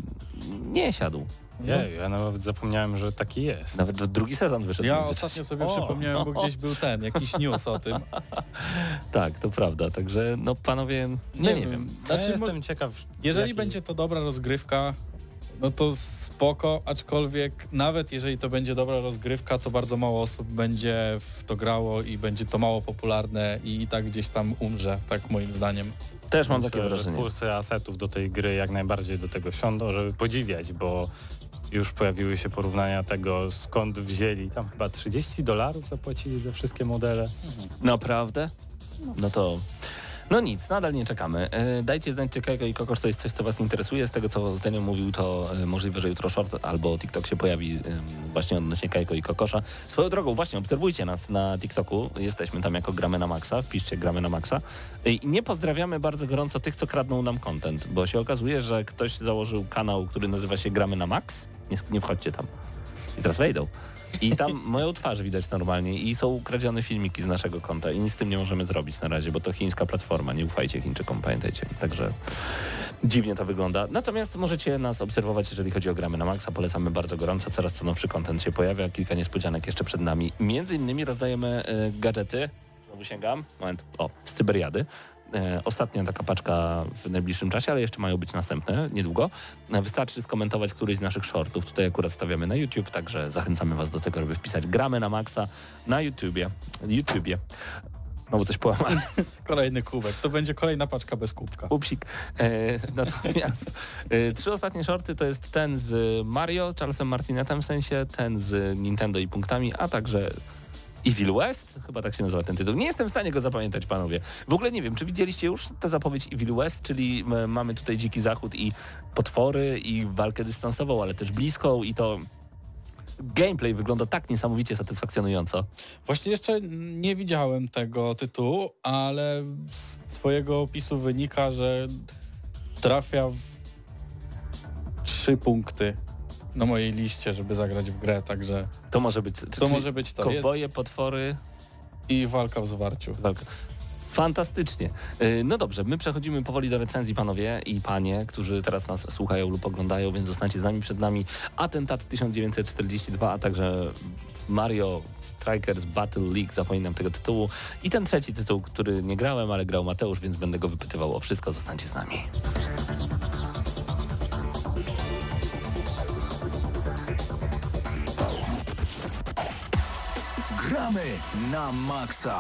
nie siadł. Ja nawet zapomniałem, że taki jest. Nawet drugi sezon wyszedł. Ja ostatnio sobie przypomniałem, bo gdzieś był jakiś news o tym. Tak, to prawda, także no panowie, nie wiem. Znaczy, ja jestem ciekaw. Jeżeli będzie to dobra rozgrywka, no to spoko, aczkolwiek nawet jeżeli to będzie dobra rozgrywka, to bardzo mało osób będzie w to grało i będzie to mało popularne i tak gdzieś tam umrze, tak moim zdaniem. Też mam Myślę, takie wrażenie. Że twórcy asetów do tej gry jak najbardziej do tego siądą, żeby podziwiać, bo już pojawiły się porównania tego, skąd wzięli. Tam chyba $30 zapłacili za wszystkie modele. Naprawdę? No to... No nic, nadal nie czekamy. Dajcie znać, czy Kajko i Kokosz to jest coś, co was interesuje. Z tego, co Zdenio mówił, to możliwe, że jutro short albo TikTok się pojawi właśnie odnośnie Kajko i Kokosza. Swoją drogą, właśnie obserwujcie nas na TikToku. Jesteśmy tam jako Gramy na Maxa. Wpiszcie Gramy na Maxa. I nie pozdrawiamy bardzo gorąco tych, co kradną nam content, bo się okazuje, że ktoś założył kanał, który nazywa się Gramy na Max. Nie wchodźcie tam. I teraz wejdą. I tam moją twarz widać normalnie i są kradzione filmiki z naszego konta i nic z tym nie możemy zrobić na razie, bo to chińska platforma, nie ufajcie Chińczykom, pamiętajcie. Także dziwnie to wygląda. Natomiast możecie nas obserwować, jeżeli chodzi o Gramy na Maxa, polecamy bardzo gorąco, coraz to nowszy content się pojawia, kilka niespodzianek jeszcze przed nami. Między innymi rozdajemy gadżety, znowu sięgam, moment, z Cyberiady. Ostatnia taka paczka w najbliższym czasie, ale jeszcze mają być następne niedługo. Wystarczy skomentować któryś z naszych shortów. Tutaj akurat stawiamy na YouTube, także zachęcamy was do tego, żeby wpisać Gramy na Maxa na YouTubie. No bo coś połamane. Kolejny kubek. To będzie kolejna paczka bez kubka. Upsik. Natomiast 3 ostatnie shorty to jest ten z Mario, Charlesem Martinetem w sensie, ten z Nintendo i punktami, a także Evil West? Chyba tak się nazywa ten tytuł. Nie jestem w stanie go zapamiętać, panowie. W ogóle nie wiem, czy widzieliście już tę zapowiedź Evil West, czyli mamy tutaj Dziki Zachód i potwory i walkę dystansową, ale też bliską i to gameplay wygląda tak niesamowicie satysfakcjonująco. Właśnie jeszcze nie widziałem tego tytułu, ale z twojego opisu wynika, że trafia w 3 punkty na mojej liście, żeby zagrać w grę, także To może być to może być to. Kowboje, potwory I walka w zwarciu. walka. Fantastycznie. No dobrze, my przechodzimy powoli do recenzji, panowie i panie, którzy teraz nas słuchają lub oglądają, więc zostańcie z nami. Przed nami Atentat 1942, a także Mario Strikers Battle League, zapominam tego tytułu. I ten trzeci tytuł, który nie grałem, ale grał Mateusz, więc będę go wypytywał o wszystko. Zostańcie z nami. Gramy na maksa.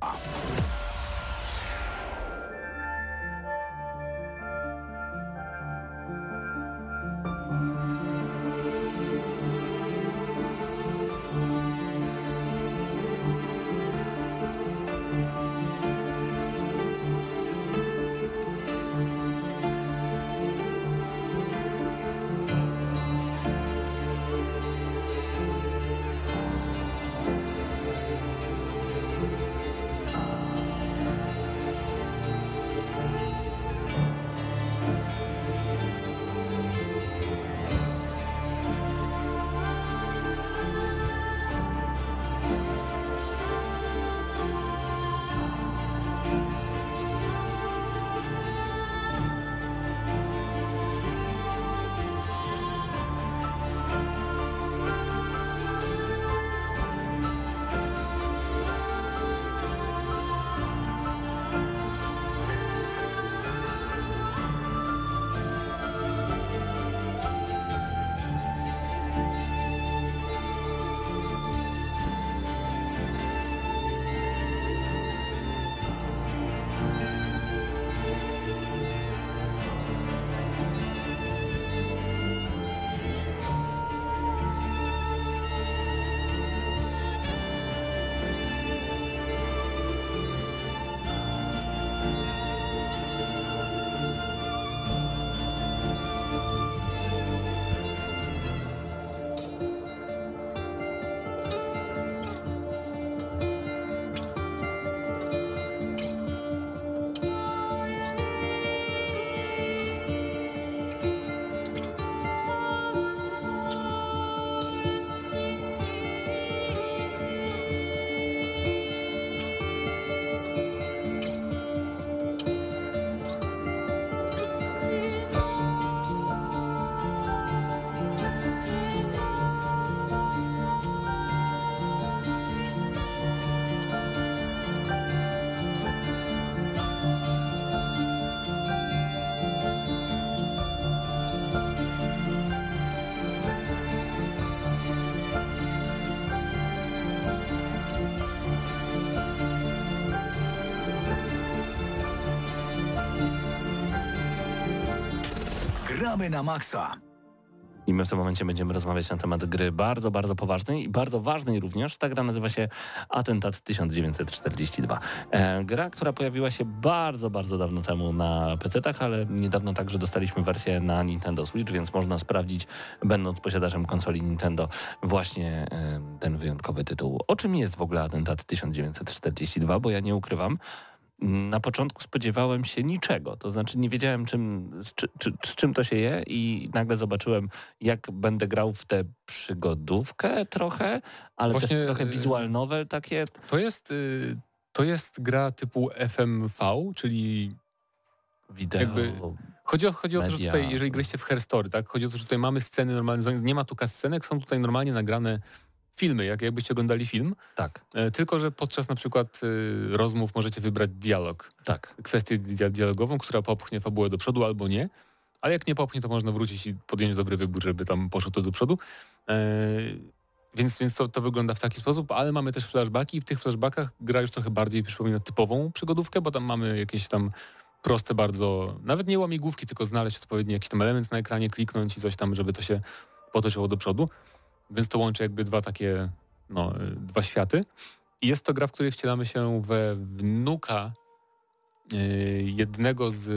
Gramy na maksa. I my w tym momencie będziemy rozmawiać na temat gry bardzo, bardzo poważnej i bardzo ważnej również. Ta gra nazywa się Atentat 1942. Gra, która pojawiła się bardzo, bardzo dawno temu na PC-tach, ale niedawno także dostaliśmy wersję na Nintendo Switch, więc można sprawdzić, będąc posiadaczem konsoli Nintendo, właśnie ten wyjątkowy tytuł. O czym jest w ogóle Atentat 1942? Bo ja nie ukrywam, na początku spodziewałem się niczego, to znaczy nie wiedziałem z czym to się je i nagle zobaczyłem, jak będę grał w tę przygodówkę trochę, ale Właśnie, też trochę visual novel takie. To jest gra typu FMV, czyli Wideo. jakby chodzi o to, że media. tutaj, jeżeli graliście w Herstory, tak? Chodzi o to, że tutaj mamy sceny normalne, nie ma tu cutscenek, są tutaj normalnie nagrane filmy, jakbyście oglądali film. Tak, Tylko że podczas na przykład rozmów możecie wybrać dialog. tak. Kwestię dialogową, która popchnie fabułę do przodu albo nie. Ale jak nie popchnie, to można wrócić i podjąć dobry wybór, żeby tam poszło to do przodu. Więc to wygląda w taki sposób, ale mamy też flashbacki i w tych flashbackach gra już trochę bardziej przypomina typową przygodówkę, bo tam mamy jakieś tam proste bardzo, nawet nie łamigłówki, tylko znaleźć odpowiedni jakiś tam element na ekranie, kliknąć i coś tam, żeby to się potoczyło do przodu. Więc to łączy jakby dwa światy. I jest to gra, w której wcielamy się we wnuka jednego z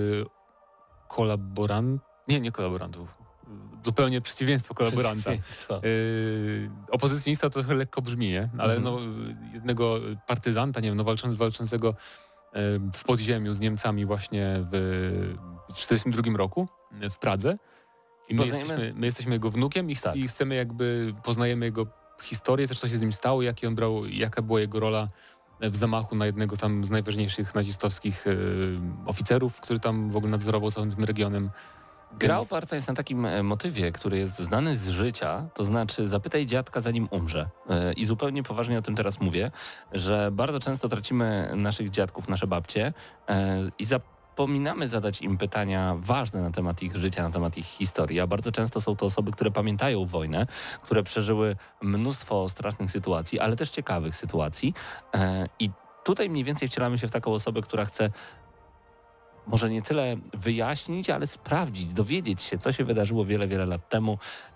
nie kolaborantów, zupełnie przeciwieństwo kolaboranta. Opozycjonista to trochę lekko brzmi, nie? Ale jednego partyzanta, nie wiem, walczącego w podziemiu z Niemcami właśnie w 1942 roku w Pradze. I my jesteśmy jego wnukiem i chcemy jakby, poznajemy jego historię, też co się z nim stało, jaka była jego rola w zamachu na jednego tam z najważniejszych nazistowskich oficerów, który tam w ogóle nadzorował całym tym regionem. Gra oparta jest na takim motywie, który jest znany z życia, to znaczy zapytaj dziadka zanim umrze. I zupełnie poważnie o tym teraz mówię, że bardzo często tracimy naszych dziadków, nasze babcie i zapominamy zadać im pytania ważne na temat ich życia, na temat ich historii, a bardzo często są to osoby, które pamiętają wojnę, które przeżyły mnóstwo strasznych sytuacji, ale też ciekawych sytuacji i tutaj mniej więcej wcielamy się w taką osobę, która chce może nie tyle wyjaśnić, ale sprawdzić, dowiedzieć się, co się wydarzyło wiele, wiele lat temu,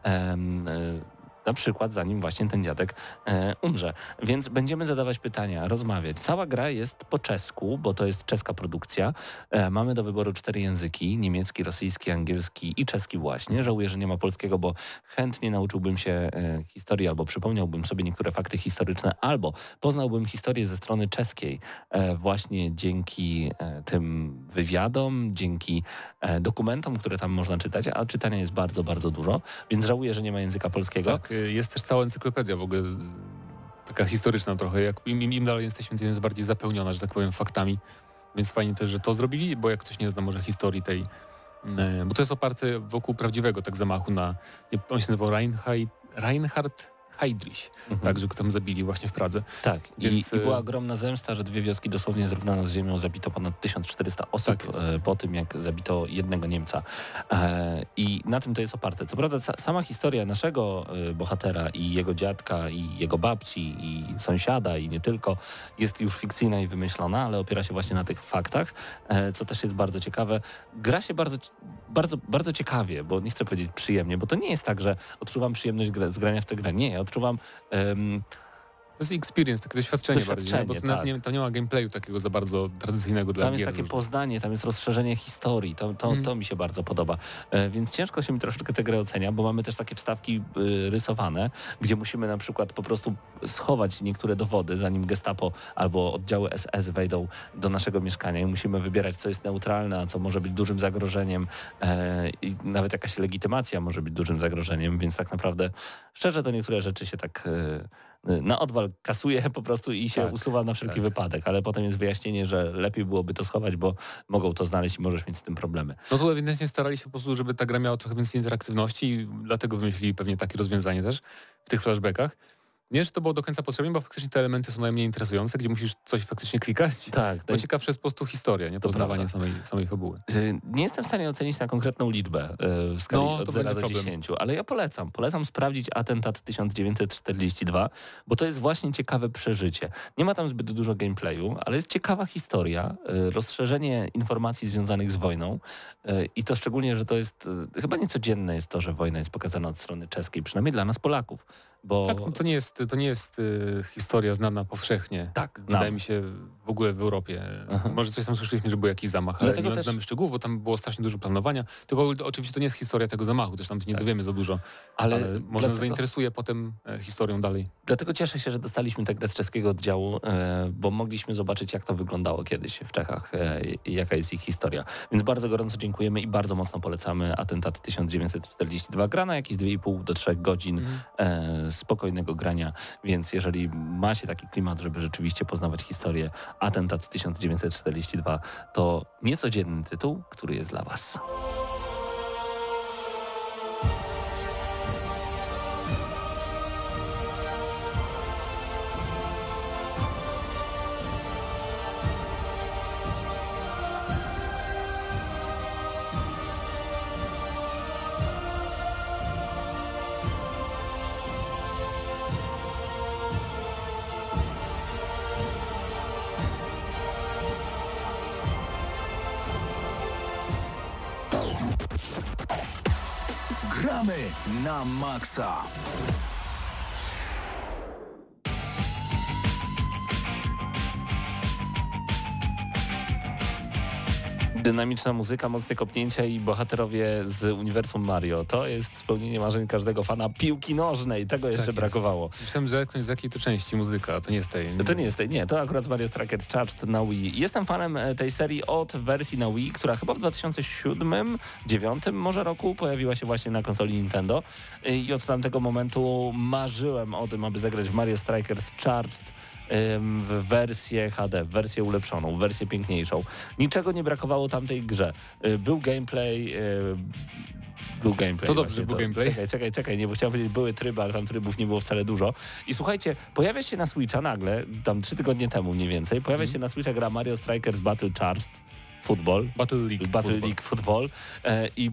na przykład zanim właśnie ten dziadek umrze. Więc będziemy zadawać pytania, rozmawiać. Cała gra jest po czesku, bo to jest czeska produkcja. Mamy do wyboru 4 języki, niemiecki, rosyjski, angielski i czeski właśnie. Żałuję, że nie ma polskiego, bo chętnie nauczyłbym się historii albo przypomniałbym sobie niektóre fakty historyczne, albo poznałbym historię ze strony czeskiej właśnie dzięki tym wywiadom, dzięki dokumentom, które tam można czytać, a czytania jest bardzo, bardzo dużo, więc żałuję, że nie ma języka polskiego. Tak, jest też cała encyklopedia w ogóle taka historyczna trochę. Im dalej jesteśmy, tym jest bardziej zapełniona, że tak powiem, faktami. Więc fajnie też, że to zrobili, bo jak ktoś nie zna może historii tej, bo to jest oparte wokół prawdziwego tak zamachu na, on się nazywał Reinhard Heydrich, także tam zabili właśnie w Pradze. Tak, więc i była ogromna zemsta, że 2 wioski dosłownie zrównano z ziemią, zabito ponad 1400 osób po tym, jak zabito jednego Niemca. I na tym to jest oparte. Co prawda sama historia naszego bohatera i jego dziadka, i jego babci, i sąsiada, i nie tylko, jest już fikcyjna i wymyślona, ale opiera się właśnie na tych faktach, co też jest bardzo ciekawe. Gra się bardzo ciekawie, bo nie chcę powiedzieć przyjemnie, bo to nie jest tak, że odczuwam przyjemność z grania w tę grę. Nie, odczuwam... To jest experience, takie doświadczenie bardziej, bo to, tak. to nie ma gameplayu takiego za bardzo tradycyjnego dla gier. Tam jest takie poznanie, tam jest rozszerzenie historii, to mi się bardzo podoba. Więc ciężko się mi troszeczkę tę grę ocenia, bo mamy też takie wstawki rysowane, gdzie musimy na przykład po prostu schować niektóre dowody, zanim Gestapo albo oddziały SS wejdą do naszego mieszkania i musimy wybierać, co jest neutralne, a co może być dużym zagrożeniem i nawet jakaś legitymacja może być dużym zagrożeniem, więc tak naprawdę szczerze to niektóre rzeczy się tak... na odwal kasuje po prostu i się usuwa na wszelki wypadek, ale potem jest wyjaśnienie, że lepiej byłoby to schować, bo mogą to znaleźć i możesz mieć z tym problemy. No tu ewidentnie starali się po prostu, żeby ta gra miała trochę więcej interaktywności i dlatego wymyślili pewnie takie rozwiązanie też w tych flashbackach. Nie wiem, czy to było do końca potrzebne, bo faktycznie te elementy są najmniej interesujące, gdzie musisz coś faktycznie klikać. Tak. Bo ciekawsze jest po prostu historia, nie? Poznawanie samej fabuły. Nie jestem w stanie ocenić na konkretną liczbę w skali od 0 do 10, ale ja polecam sprawdzić Atentat 1942, bo to jest właśnie ciekawe przeżycie. Nie ma tam zbyt dużo gameplayu, ale jest ciekawa historia, rozszerzenie informacji związanych z wojną i to szczególnie, że to jest chyba niecodzienne jest to, że wojna jest pokazana od strony czeskiej, przynajmniej dla nas Polaków. Bo... Tak, to nie jest historia znana powszechnie. Tak, wydaje mi się w ogóle w Europie. Może coś tam słyszeliśmy, że był jakiś zamach, ale nie znamy szczegółów, bo tam było strasznie dużo planowania. Tylko oczywiście to nie jest historia tego zamachu, też tam nie dowiemy za dużo. Ale może nas zainteresuje potem historią dalej. Dlatego cieszę się, że dostaliśmy tę grę z czeskiego oddziału, bo mogliśmy zobaczyć, jak to wyglądało kiedyś w Czechach i jaka jest ich historia. Więc bardzo gorąco dziękujemy i bardzo mocno polecamy Atentat 1942. Gra na jakieś 2,5 do 3 godzin spokojnego grania, więc jeżeli macie taki klimat, żeby rzeczywiście poznawać historię, Atentat 1942 to niecodzienny tytuł, który jest dla Was. Gramy na maksa. Dynamiczna muzyka, mocne kopnięcia i bohaterowie z uniwersum Mario. To jest spełnienie marzeń każdego fana piłki nożnej. Tego jeszcze brakowało. Musiałem zerknąć, z jakiej to części muzyka. To nie jest tej. To nie jest tej. Nie, to akurat z Mario Strikers Charged na Wii. Jestem fanem tej serii od wersji na Wii, która chyba w 2007-2009 może roku pojawiła się właśnie na konsoli Nintendo. I od tamtego momentu marzyłem o tym, aby zagrać w Mario Strikers Charged w wersję HD, w wersję ulepszoną, w wersję piękniejszą. Niczego nie brakowało tamtej grze. Był gameplay. To dobrze, był gameplay. Czekaj, nie, bo chciałem powiedzieć, były tryby, ale tam trybów nie było wcale dużo. I słuchajcie, pojawia się na Switcha nagle, tam 3 tygodnie temu mniej więcej, pojawia się na Switcha gra Mario Strikers Battle Charged Football. Battle League Football. I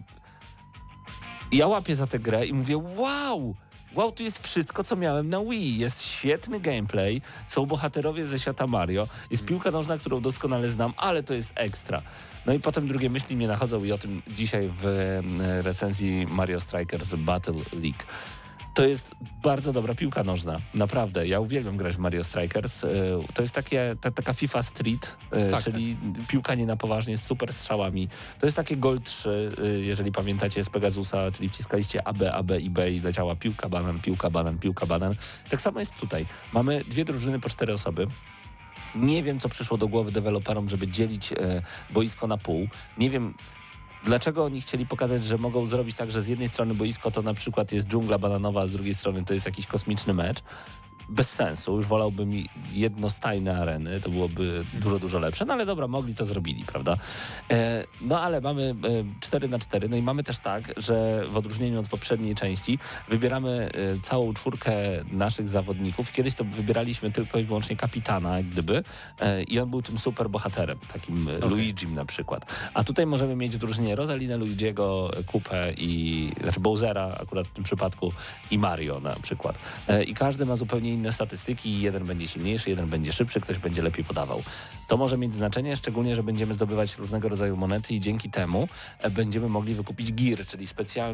ja łapię za tę grę i mówię, wow, tu jest wszystko, co miałem na Wii. Jest świetny gameplay, są bohaterowie ze świata Mario, jest piłka nożna, którą doskonale znam, ale to jest ekstra. No i potem drugie myśli mnie nachodzą i o tym dzisiaj w recenzji Mario Strikers Battle League. To jest bardzo dobra piłka nożna, naprawdę. Ja uwielbiam grać w Mario Strikers. To jest taka FIFA Street, czyli piłka nie na poważnie z super strzałami. To jest takie Gol 3, jeżeli pamiętacie z Pegasusa, czyli wciskaliście AB i B i leciała piłka, banan, piłka, banan, piłka, banan. Tak samo jest tutaj. Mamy 2 drużyny po 4 osoby. Nie wiem, co przyszło do głowy deweloperom, żeby dzielić boisko na pół. Nie wiem, dlaczego oni chcieli pokazać, że mogą zrobić tak, że z jednej strony boisko to na przykład jest dżungla bananowa, a z drugiej strony to jest jakiś kosmiczny mecz. Bez sensu, już wolałbym jednostajne areny, to byłoby dużo lepsze, no ale dobra, mogli to zrobili, prawda? No ale mamy 4x4, no i mamy też tak, że w odróżnieniu od poprzedniej części wybieramy całą 4 naszych zawodników. Kiedyś to wybieraliśmy tylko i wyłącznie kapitana, jak gdyby, i on był tym super bohaterem, takim Luigim na przykład. A tutaj możemy mieć w drużynie Rosalinę, Luigiego, Kupę znaczy Bowsera akurat w tym przypadku i Mario na przykład. I każdy ma zupełnie inne statystyki, jeden będzie silniejszy, jeden będzie szybszy, ktoś będzie lepiej podawał. To może mieć znaczenie, szczególnie, że będziemy zdobywać różnego rodzaju monety i dzięki temu będziemy mogli wykupić gear, czyli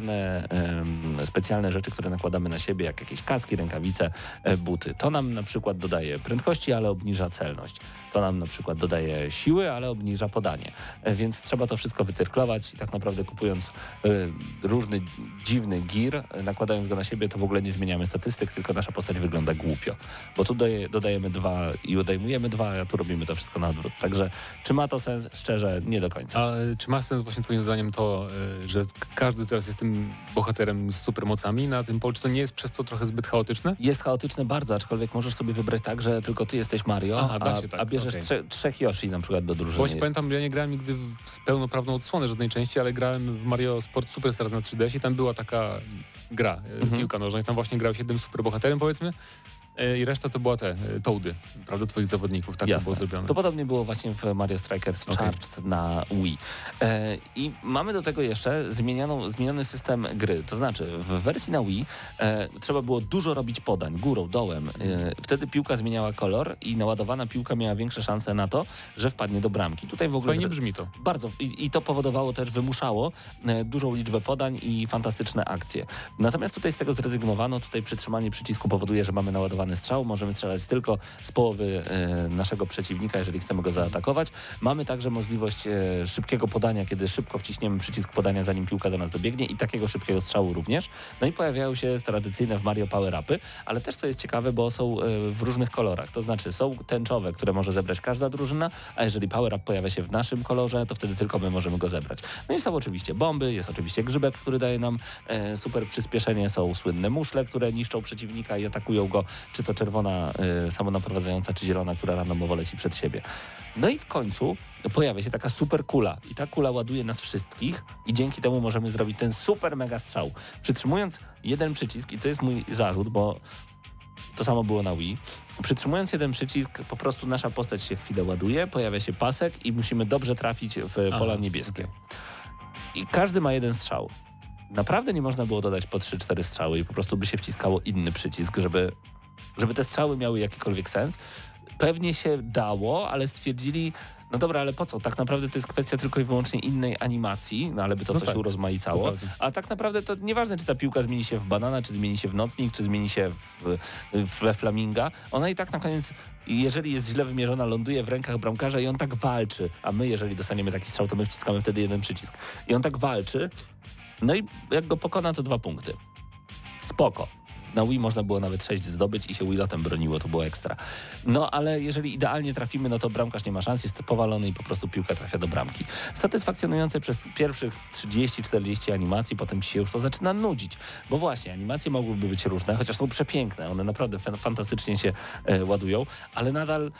specjalne rzeczy, które nakładamy na siebie, jak jakieś kaski, rękawice, buty. To nam na przykład dodaje prędkości, ale obniża celność. To nam na przykład dodaje siły, ale obniża podanie. Więc trzeba to wszystko wycyrklować i tak naprawdę kupując różny dziwny gear, nakładając go na siebie, to w ogóle nie zmieniamy statystyk, tylko nasza postać wygląda głupio. Bo tu dodajemy 2 i odejmujemy 2, a tu robimy to wszystko na odwrót. Także czy ma to sens? Szczerze, nie do końca. A czy ma sens właśnie twoim zdaniem to, że każdy teraz jest tym bohaterem z supermocami na tym polu? Czy to nie jest przez to trochę zbyt chaotyczne? Jest chaotyczne bardzo, aczkolwiek możesz sobie wybrać tak, że tylko ty jesteś Mario, a bierzesz 3 Yoshi na przykład do drużyny. Właśnie pamiętam, ja nie grałem nigdy w pełnoprawną odsłonę żadnej części, ale grałem w Mario Sport Superstars na 3DS i tam była taka gra, piłka nożna i tam właśnie grał się jednym superbohaterem, powiedzmy. i reszta to była Toady, prawda, twoich zawodników, tak to było zrobione. To podobnie było właśnie w Mario Strikers Charged na Wii. I mamy do tego jeszcze zmieniony system gry, to znaczy w wersji na Wii trzeba było dużo robić podań, górą, dołem. Wtedy piłka zmieniała kolor i naładowana piłka miała większe szanse na to, że wpadnie do bramki. Tutaj w ogóle fajnie brzmi to. Bardzo. I to powodowało też, wymuszało dużą liczbę podań i fantastyczne akcje. Natomiast tutaj z tego zrezygnowano. Tutaj przytrzymanie przycisku powoduje, że mamy naładowany strzał. Możemy strzelać tylko z połowy naszego przeciwnika, jeżeli chcemy go zaatakować. Mamy także możliwość szybkiego podania, kiedy szybko wciśniemy przycisk podania, zanim piłka do nas dobiegnie i takiego szybkiego strzału również. No i pojawiają się tradycyjne w Mario power-upy, ale też co jest ciekawe, bo są w różnych kolorach. To znaczy są tęczowe, które może zebrać każda drużyna, a jeżeli power-up pojawia się w naszym kolorze, to wtedy tylko my możemy go zebrać. No i są oczywiście bomby, jest oczywiście grzybek, który daje nam super przyspieszenie, są słynne muszle, które niszczą przeciwnika i atakują go, czy to czerwona samonaprowadzająca, czy zielona, która randomowo leci przed siebie. No i w końcu pojawia się taka super kula i ta kula ładuje nas wszystkich i dzięki temu możemy zrobić ten super mega strzał. Przytrzymując jeden przycisk, i to jest mój zarzut, bo to samo było na Wii, przytrzymując jeden przycisk, po prostu nasza postać się chwilę ładuje, pojawia się pasek i musimy dobrze trafić w pola niebieskie. Okay. I każdy ma jeden strzał. Naprawdę nie można było dodać po 3-4 strzały i po prostu by się wciskało inny przycisk, żeby te strzały miały jakikolwiek sens. Pewnie się dało, ale stwierdzili, no dobra, ale po co? Tak naprawdę to jest kwestia tylko i wyłącznie innej animacji, no ale by to coś urozmaicało. A tak naprawdę to nieważne, czy ta piłka zmieni się w banana, czy zmieni się w nocnik, czy zmieni się we flaminga. Ona i tak na koniec, jeżeli jest źle wymierzona, ląduje w rękach bramkarza i on tak walczy. A my, jeżeli dostaniemy taki strzał, to my wciskamy wtedy jeden przycisk. I on tak walczy, no i jak go pokona, to 2 punkty. Spoko. Na Wii można było nawet 6 zdobyć i się Wilotem broniło, to było ekstra. No ale jeżeli idealnie trafimy, no to bramkarz nie ma szans, jest powalony i po prostu piłka trafia do bramki. Satysfakcjonujące przez pierwszych 30-40 animacji, potem ci się już to zaczyna nudzić. Bo właśnie, animacje mogłyby być różne, chociaż są przepiękne, one naprawdę fantastycznie się ładują, ale nadal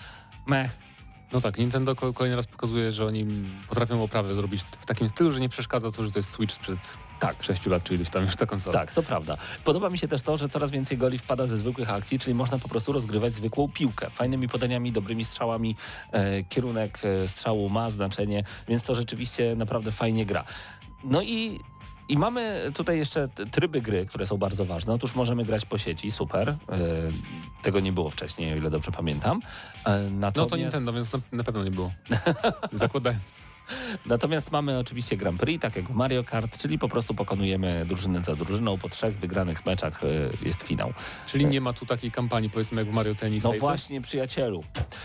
No tak, Nintendo kolejny raz pokazuje, że oni potrafią oprawę zrobić w takim stylu, że nie przeszkadza to, że to jest Switch sprzed 6 lat, czy ileś tam już ta konsola. Tak, to prawda. Podoba mi się też to, że coraz więcej goli wpada ze zwykłych akcji, czyli można po prostu rozgrywać zwykłą piłkę. Fajnymi podaniami, dobrymi strzałami, kierunek strzału ma znaczenie, więc to rzeczywiście naprawdę fajnie gra. No i mamy tutaj jeszcze tryby gry, które są bardzo ważne. Otóż możemy grać po sieci, super. Tego nie było wcześniej, o ile dobrze pamiętam. No to Nintendo, więc na pewno nie było. Zakładając. Natomiast mamy oczywiście Grand Prix, tak jak w Mario Kart, czyli po prostu pokonujemy drużynę za drużyną. Po 3 wygranych meczach jest finał. Czyli nie ma tu takiej kampanii, powiedzmy, jak w Mario Tennis No Aces? właśnie, przyjacielu.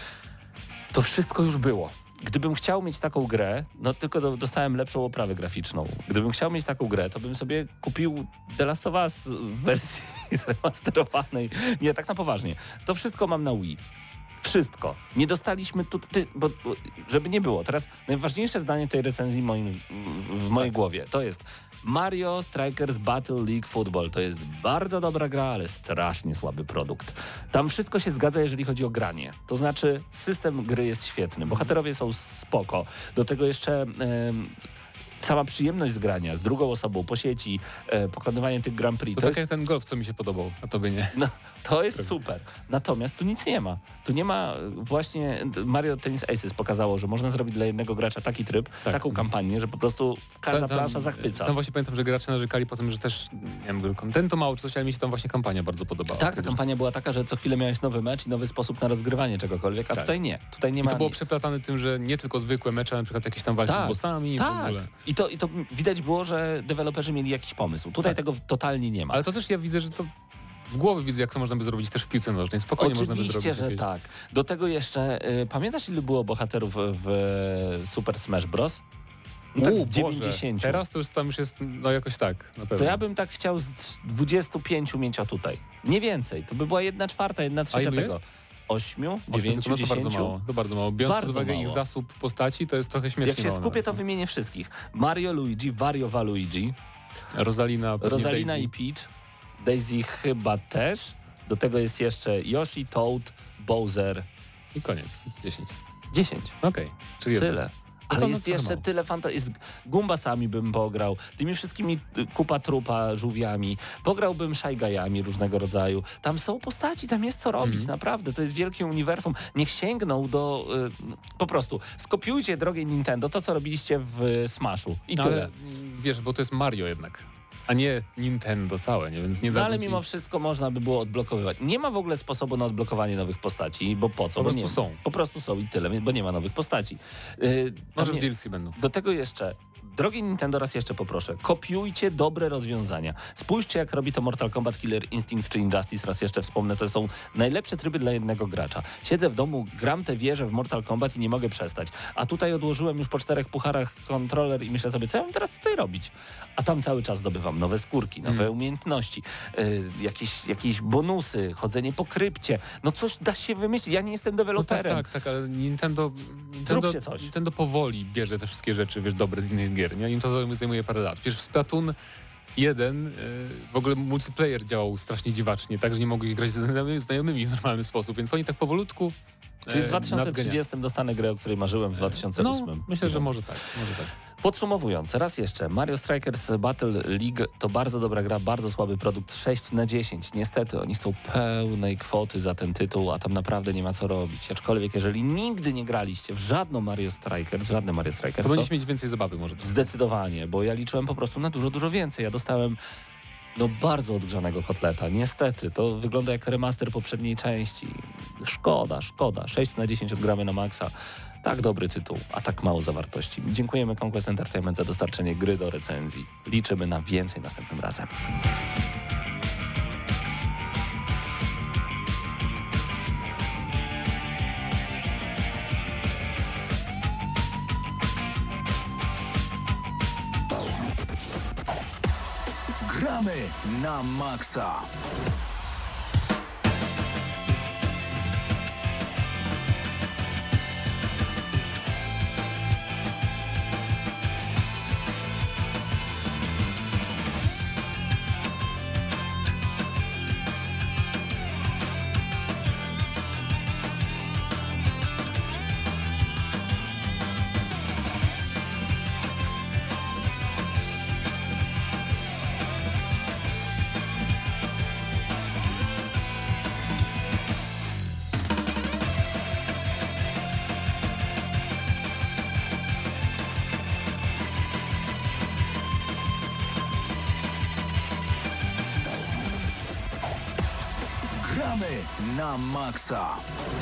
To wszystko już było. Gdybym chciał mieć taką grę, no tylko dostałem lepszą oprawę graficzną. Gdybym chciał mieć taką grę, to bym sobie kupił The Last of Us w wersji zremasterowanej. Nie, tak na poważnie. To wszystko mam na Wii. Wszystko. Nie dostaliśmy bo żeby nie było. Teraz najważniejsze zdanie tej recenzji w mojej głowie to jest Mario Strikers Battle League Football. To jest bardzo dobra gra, ale strasznie słaby produkt. Tam wszystko się zgadza, jeżeli chodzi o granie. To znaczy system gry jest świetny, bohaterowie są spoko. Do tego jeszcze sama przyjemność z grania z drugą osobą po sieci, pokonywanie tych Grand Prix. To tak jak ten golf, co mi się podobał, a tobie nie. No, to jest super. Natomiast tu nic nie ma. Tu nie ma właśnie Mario Tennis Aces pokazało, że można zrobić dla jednego gracza taki tryb, taką kampanię, że po prostu każda plansza zachwyca. Tam właśnie pamiętam, że gracze narzekali po tym, że też nie wiem, kontentu mało czy coś, ale mi się tam właśnie kampania bardzo podobała. Tak, ta kampania była taka, że co chwilę miałeś nowy mecz i nowy sposób na rozgrywanie czegokolwiek, a tutaj nie. Tutaj nie ma. I to było przeplatane tym, że nie tylko zwykłe mecze, ale na przykład jakieś tam walki z bossami. Tak. W ogóle. I to widać było, że deweloperzy mieli jakiś pomysł. Tutaj tego totalnie nie ma. Ale to też ja widzę, że to w głowie widzę, jak to można by zrobić też w piłce nożnej. Spokojnie można by zrobić. Oczywiście, że tak. Do tego jeszcze, pamiętasz, ile było bohaterów w Super Smash Bros? No tak z 90. Boże, teraz to już tam już jest, no jakoś tak, na pewno. To ja bym tak chciał z 25 mieć tutaj. Nie więcej. To by była 1/4, 1/3 tego. Jest? 8, 9, no to 10. bardzo mało. To bardzo mało. Biorąc pod uwagę ich zasób postaci, to jest trochę śmiesznie. Jak się skupię, to wymienię wszystkich. Mario, Luigi, Wario, Waluigi, Rosalina i Peach, Daisy chyba też. Do tego jest jeszcze Yoshi, Toad, Bowser. I koniec. 10. 10. Okej. Czyli tyle. Ale to jest jeszcze tyle fantazji. Z Gumbasami bym pograł, tymi wszystkimi kupa trupa żółwiami. Pograłbym Shy Guyami różnego rodzaju. Tam są postaci, tam jest co robić, naprawdę. To jest wielkie uniwersum. Niech sięgną do... po prostu skopiujcie, drogie Nintendo, to co robiliście w Smashu. I tyle. Ale wiesz, bo to jest Mario jednak, a nie Nintendo całe, nie? Więc nie da Ale mimo wszystko można by było odblokowywać. Nie ma w ogóle sposobu na odblokowanie nowych postaci, bo po co? Po Bo prostu nie, są. Po prostu są i tyle, bo nie ma nowych postaci. Może w DLC będą. Do tego jeszcze, drogie Nintendo, raz jeszcze poproszę, kopiujcie dobre rozwiązania. Spójrzcie, jak robi to Mortal Kombat, Killer Instinct czy Injustice, raz jeszcze wspomnę, to są najlepsze tryby dla jednego gracza. Siedzę w domu, gram tę wieżę w Mortal Kombat i nie mogę przestać. A tutaj odłożyłem już po 4 pucharach kontroler i myślę sobie, co ja mam teraz tutaj robić? A tam cały czas zdobywam nowe skórki, nowe umiejętności, jakieś bonusy, chodzenie po krypcie. No coś da się wymyślić. Ja nie jestem deweloperem. Tak, ale Nintendo Zróbcie coś. Nintendo powoli bierze te wszystkie rzeczy, wiesz, dobre z innych gier, nie? Im to zajmuje parę lat. Przecież w Splatoon 1 w ogóle multiplayer działał strasznie dziwacznie, tak, że nie mogli grać z znajomymi w normalny sposób, więc oni tak powolutku Czyli w 2030 dostanę grę, o której marzyłem w 2008. No, myślę, że może tak. Podsumowując, raz jeszcze, Mario Strikers Battle League to bardzo dobra gra, bardzo słaby produkt, 6/10. Niestety, oni chcą pełnej kwoty za ten tytuł, a tam naprawdę nie ma co robić. Aczkolwiek, jeżeli nigdy nie graliście w żadne Mario Strikers, to będziecie mieć więcej zabawy może. Zdecydowanie, bo ja liczyłem po prostu na dużo więcej. Ja dostałem bardzo odgrzanego kotleta. Niestety, to wygląda jak remaster poprzedniej części. Szkoda. 6/10 odgramy na maksa. Tak dobry tytuł, a tak mało zawartości. Dziękujemy Conquest Entertainment za dostarczenie gry do recenzji. Liczymy na więcej następnym razem. Gramy na maksa. Gramy na maksa.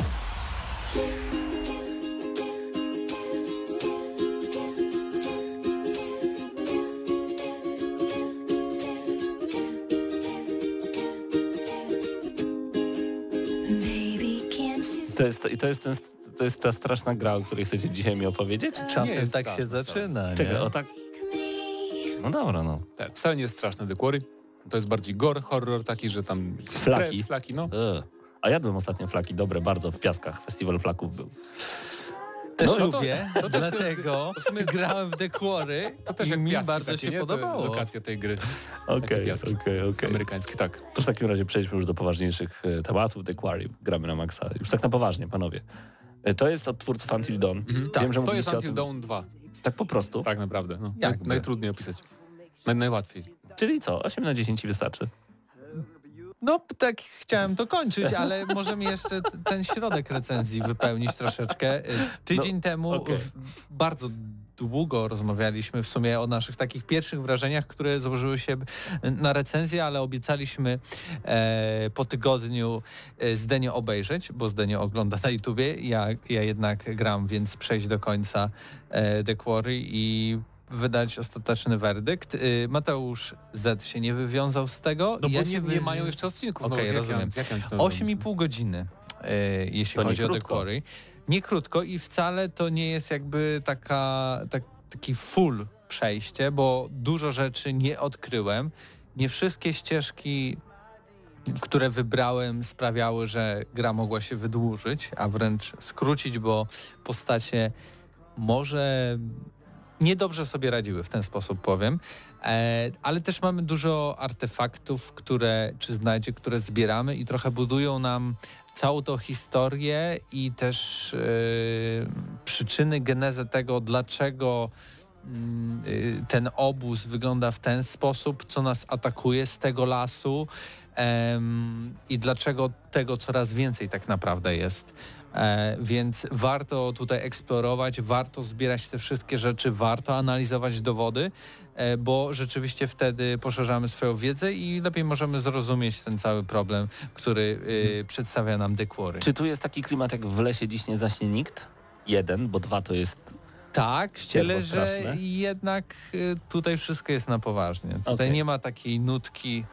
To jest ta straszna gra, o której chcecie dzisiaj mi opowiedzieć? Czasem tak się zaczyna, Czekaj, nie? o tak. No dobra, no. Tak, wcale nie jest straszne The Quarry. To jest bardziej gore, horror taki, że tam... Flaki. Flaki, no. A jadłem ostatnio flaki, dobre, bardzo, w Piaskach. Festiwal flaków był. Też No, lubię, dlatego grałem w The Quarry To też i jak mi Piaski bardzo takie, się nie? podobało. Lokacja tej gry. Okej. Amerykański, tak. To w takim razie przejdźmy już do poważniejszych tematów. The Quarry, gramy na maksa. Już tak na poważnie, panowie. To jest od twórców Until Dawn. Tak, Wiem, że to jest mówiliście o Until tym. Dawn 2. Tak po prostu. Tak naprawdę. No. Jakby. Najtrudniej opisać. Najłatwiej. Czyli co? 8/10 wystarczy. No tak chciałem to kończyć, ale możemy jeszcze ten środek recenzji wypełnić troszeczkę. Tydzień temu bardzo długo rozmawialiśmy w sumie o naszych takich pierwszych wrażeniach, które założyły się na recenzję, ale obiecaliśmy po tygodniu Zdenio obejrzeć, bo Zdenio ogląda na YouTubie. Ja jednak gram, więc przejść do końca The Quarry i wydać ostateczny werdykt. Mateusz Z się nie wywiązał z tego. No bo nie mają jeszcze odcinków. Okej, rozumiem. 8,5 godziny, jeśli chodzi o The Quarry. Nie krótko i wcale to nie jest jakby taki full przejście, bo dużo rzeczy nie odkryłem. Nie wszystkie ścieżki, które wybrałem, sprawiały, że gra mogła się wydłużyć, a wręcz skrócić, bo postacie może niedobrze sobie radziły, w ten sposób powiem. Ale też mamy dużo artefaktów, które zbieramy i trochę budują nam całą tą historię i też przyczyny, genezę tego, dlaczego ten obóz wygląda w ten sposób, co nas atakuje z tego lasu i dlaczego tego coraz więcej tak naprawdę jest. Więc warto tutaj eksplorować, warto zbierać te wszystkie rzeczy, warto analizować dowody, bo rzeczywiście wtedy poszerzamy swoją wiedzę i lepiej możemy zrozumieć ten cały problem, który przedstawia nam The Quarry. Czy tu jest taki klimat jak w lesie dziś nie zaśnie nikt? 1, bo 2 to jest... Tak, tyle, że straszne. jednak tutaj wszystko jest na poważnie. Tutaj nie ma takiej nutki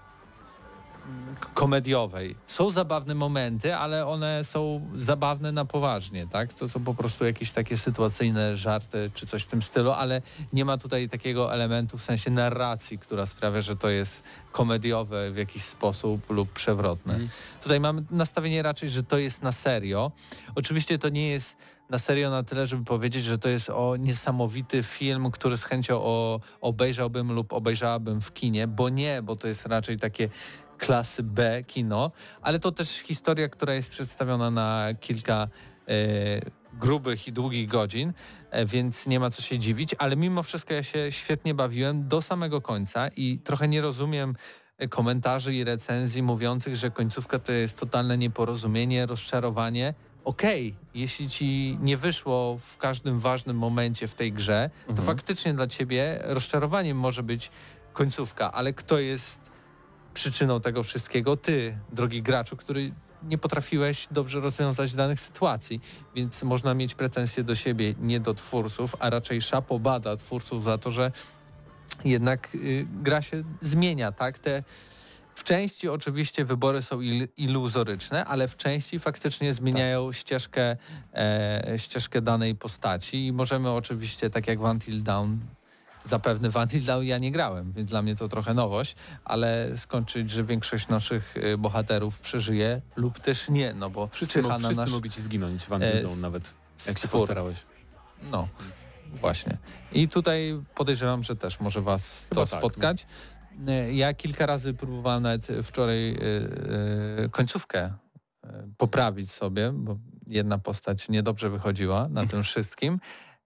komediowej. Są zabawne momenty, ale one są zabawne na poważnie, tak? To są po prostu jakieś takie sytuacyjne żarty czy coś w tym stylu, ale nie ma tutaj takiego elementu w sensie narracji, która sprawia, że to jest komediowe w jakiś sposób lub przewrotne. Tutaj mamy nastawienie raczej, że to jest na serio. Oczywiście to nie jest na serio na tyle, żeby powiedzieć, że to jest niesamowity film, który z chęcią obejrzałbym lub obejrzałabym w kinie, bo to jest raczej takie klasy B kino, ale to też historia, która jest przedstawiona na kilka grubych i długich godzin, więc nie ma co się dziwić, ale mimo wszystko ja się świetnie bawiłem do samego końca i trochę nie rozumiem komentarzy i recenzji mówiących, że końcówka to jest totalne nieporozumienie, rozczarowanie. Okej, jeśli ci nie wyszło w każdym ważnym momencie w tej grze, to faktycznie dla ciebie rozczarowaniem może być końcówka, ale kto jest przyczyną tego wszystkiego? Ty, drogi graczu, który nie potrafiłeś dobrze rozwiązać danych sytuacji, więc można mieć pretensje do siebie, nie do twórców, a raczej chapeau bas dla twórców za to, że jednak gra się zmienia, tak? W części oczywiście wybory są iluzoryczne, ale w części faktycznie zmieniają ścieżkę danej postaci i możemy oczywiście, tak jak w Until Dawn, zapewne w Until Dawn ja nie grałem, więc dla mnie to trochę nowość, ale skończyć, że większość naszych bohaterów przeżyje lub też nie, no bo Wszyscy mogli ci zginąć w Until Dawn nawet, jak się postarałeś. No, właśnie. I tutaj podejrzewam, że też może was to spotkać. No. Ja kilka razy próbowałem nawet wczoraj końcówkę poprawić sobie, bo jedna postać niedobrze wychodziła na tym wszystkim.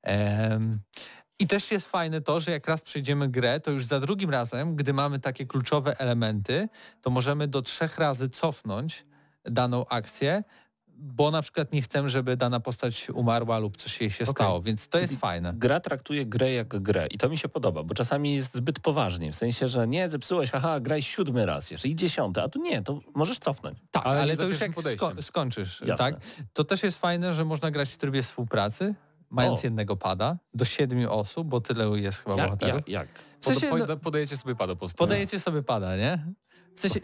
I też jest fajne to, że jak raz przejdziemy grę, to już za drugim razem, gdy mamy takie kluczowe elementy, to możemy do 3 razy cofnąć daną akcję, bo na przykład nie chcemy, żeby dana postać umarła lub coś jej się stało, więc to jest fajne. Gra traktuje grę jak grę i to mi się podoba, bo czasami jest zbyt poważnie, w sensie, że nie, zepsułeś, graj 7 raz jeszcze i 10, a tu nie, to możesz cofnąć. Tak, ale to już jak skończysz, tak? To też jest fajne, że można grać w trybie współpracy, mając jednego pada, do 7 osób, bo tyle jest chyba bohaterów. Jak? W sensie, podajecie sobie pada po prostu. Podajecie sobie pada, nie? W sensie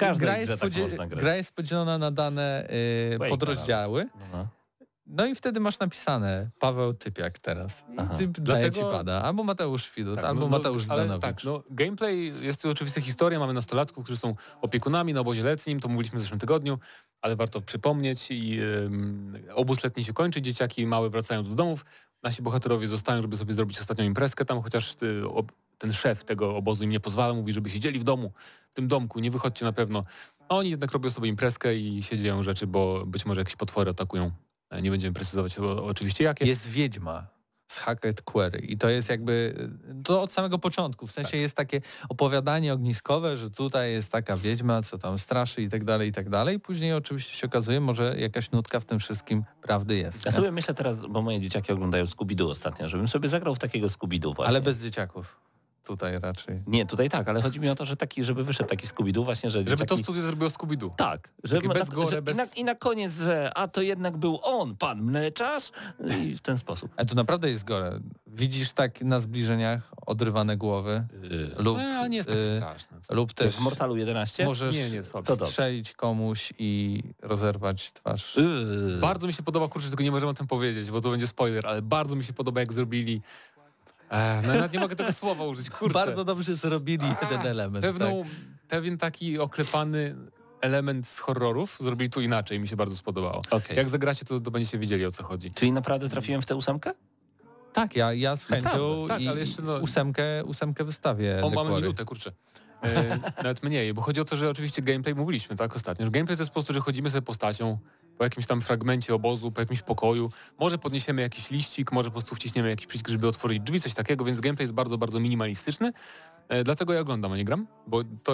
gra jest podzielona na dane podrozdziały. No i wtedy masz napisane Paweł Typiak teraz. Typ daje ci pada. Albo Mateusz Widut, albo Mateusz Zdanowicz. Tak, gameplay jest tu oczywista historia. Mamy nastolatków, którzy są opiekunami na obozie letnim. To mówiliśmy w zeszłym tygodniu, ale warto przypomnieć. I obóz letni się kończy, dzieciaki małe wracają do domów. Nasi bohaterowie zostają, żeby sobie zrobić ostatnią imprezkę tam, chociaż ten szef tego obozu im nie pozwala, mówi, żeby siedzieli w domu, w tym domku, nie wychodźcie na pewno. A oni jednak robią sobie imprezkę i się dzieją rzeczy, bo być może jakieś potwory atakują. Nie będziemy precyzować oczywiście jakie. Jest wiedźma z Hackett Quarry i to jest jakby, to od samego początku, w sensie jest takie opowiadanie ogniskowe, że tutaj jest taka wiedźma, co tam straszy i tak dalej, i tak dalej. Później oczywiście się okazuje, może jakaś nutka w tym wszystkim prawdy jest. Ja sobie myślę teraz, bo moje dzieciaki oglądają Scooby-Doo ostatnio, żebym sobie zagrał w takiego Scooby-Doo właśnie. Ale bez dzieciaków. Tutaj raczej. Nie, tutaj tak, ale chodzi mi o to, że żeby wyszedł taki Scooby-Doo właśnie, że żeby dzieciaki... to studio zrobiło Scooby-Doo. Tak. I na koniec, że to jednak był on, pan mleczarz i w ten sposób. A to naprawdę jest gore. Widzisz tak na zbliżeniach odrywane głowy lub... ale nie jest tak straszne. Lub też w Mortalu 11? Możesz strzelić komuś i rozerwać twarz. Bardzo mi się podoba, kurczę, tylko nie możemy o tym powiedzieć, bo to będzie spoiler, ale bardzo mi się podoba, jak zrobili... nawet nie mogę tego słowa użyć, kurczę. Bardzo dobrze zrobili ten element. Pewien taki oklepany element z horrorów zrobili tu inaczej, mi się bardzo spodobało. Jak zagracie, to będziecie wiedzieli, o co chodzi. Czyli naprawdę trafiłem w tę 8? Tak, ja z chęcią tak, i ale jeszcze ósemkę wystawię. O, mamy minutę, kurczę. Nawet mniej, bo chodzi o to, że oczywiście gameplay mówiliśmy, tak, ostatnio, że gameplay to jest po prostu, że chodzimy sobie postacią po jakimś tam fragmencie obozu, po jakimś pokoju, może podniesiemy jakiś liścik, może po prostu wciśniemy jakiś przycisk, żeby otworzyć drzwi, coś takiego, więc gameplay jest bardzo, bardzo minimalistyczny, dlatego ja oglądam, a nie gram, bo to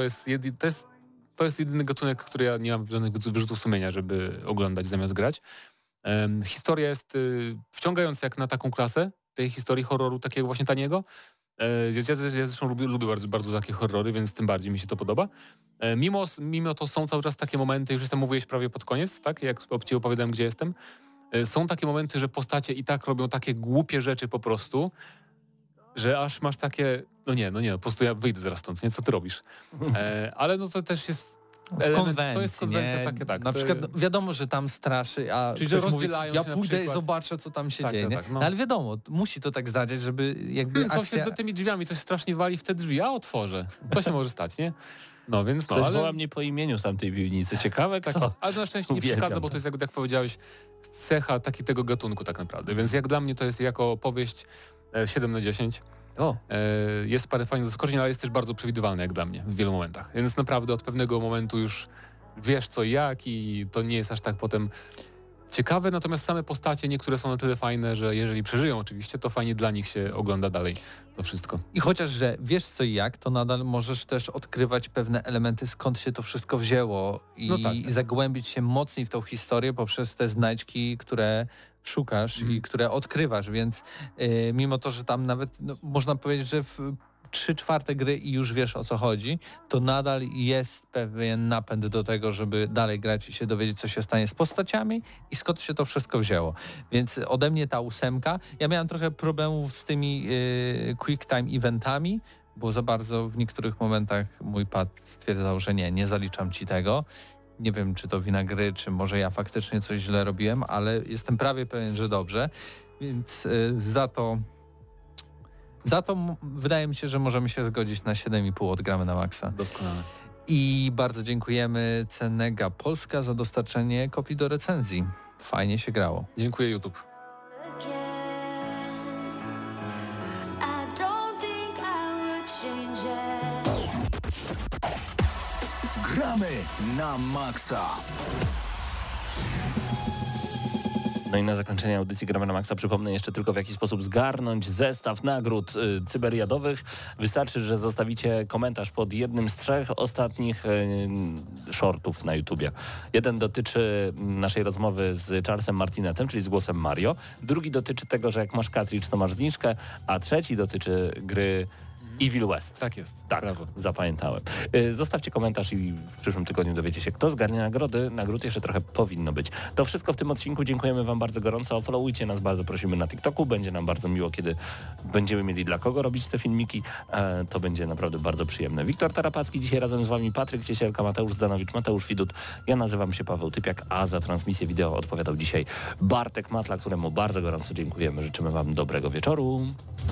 jest jedyny gatunek, który ja nie mam żadnych wyrzutów sumienia, żeby oglądać zamiast grać. Historia jest wciągająca jak na taką klasę tej historii horroru takiego właśnie taniego. Ja zresztą lubię bardzo, bardzo takie horrory, więc tym bardziej mi się to podoba. Mimo to są cały czas takie momenty, już jestem mówiłeś prawie pod koniec, tak? Jak ci opowiadałem, gdzie jestem. Są takie momenty, że postacie i tak robią takie głupie rzeczy po prostu, że aż masz takie, no nie, po prostu ja wyjdę zaraz stąd, nie? Co ty robisz? Ale no to też jest element, to jest konwencja takie, tak. Na przykład wiadomo, że tam straszy, a czyli że rozdzielają mówi, się ja pójdę na i zobaczę, co tam się dzieje. Tak, no. Ale wiadomo, musi to tak zdarzać, żeby jakby coś jest za tymi drzwiami, coś strasznie wali w te drzwi, a otworzę. Co się może stać, nie? No więc Ktoś woła mnie po imieniu z tamtej piwnicy. Ciekawe kto. Tak, ale na szczęście nie przeszkadza, bo to jest, jak powiedziałeś, cecha tego gatunku tak naprawdę. Więc jak dla mnie to jest jako opowieść 7/10. Jest parę fajnych zaskoczeń, ale jest też bardzo przewidywalne jak dla mnie w wielu momentach. Więc naprawdę od pewnego momentu już wiesz co i jak i to nie jest aż tak potem ciekawe, natomiast same postacie niektóre są na tyle fajne, że jeżeli przeżyją oczywiście, to fajnie dla nich się ogląda dalej to wszystko. I chociaż, że wiesz co i jak, to nadal możesz też odkrywać pewne elementy, skąd się to wszystko wzięło i zagłębić się mocniej w tą historię poprzez te znajdźki, które szukasz i które odkrywasz, więc mimo to, że tam nawet można powiedzieć, że w 3/4 gry i już wiesz o co chodzi, to nadal jest pewien napęd do tego, żeby dalej grać i się dowiedzieć, co się stanie z postaciami i skąd się to wszystko wzięło. Więc ode mnie ta 8. Ja miałem trochę problemów z tymi quick time eventami, bo za bardzo w niektórych momentach mój pad stwierdzał, że nie zaliczam ci tego. Nie wiem, czy to wina gry, czy może ja faktycznie coś źle robiłem, ale jestem prawie pewien, że dobrze. Więc za to wydaje mi się, że możemy się zgodzić na 7,5 od Gramy na Maxa. Doskonale. I bardzo dziękujemy Cenega Polska za dostarczenie kopii do recenzji. Fajnie się grało. Dziękuję YouTube. Gramy na Maxa. No i na zakończenie audycji Gramy na Maxa przypomnę jeszcze tylko, w jaki sposób zgarnąć zestaw nagród cyberiadowych. Wystarczy, że zostawicie komentarz pod jednym z 3 ostatnich shortów na YouTubie. Jeden dotyczy naszej rozmowy z Charlesem Martinetem, czyli z głosem Mario. Drugi dotyczy tego, że jak masz cartridge, to masz zniżkę, a trzeci dotyczy gry Evil West. Tak jest. Tak, brawo. Zapamiętałem. Zostawcie komentarz i w przyszłym tygodniu dowiecie się, kto zgarnie nagrody. Nagród jeszcze trochę powinno być. To wszystko w tym odcinku. Dziękujemy wam bardzo gorąco. Followujcie nas, bardzo prosimy na TikToku. Będzie nam bardzo miło, kiedy będziemy mieli dla kogo robić te filmiki. To będzie naprawdę bardzo przyjemne. Wiktor Tarapacki dzisiaj razem z wami, Patryk Ciesielka, Mateusz Zdanowicz, Mateusz Widut. Ja nazywam się Paweł Typiak, a za transmisję wideo odpowiadał dzisiaj Bartek Matla, któremu bardzo gorąco dziękujemy. Życzymy wam dobrego wieczoru.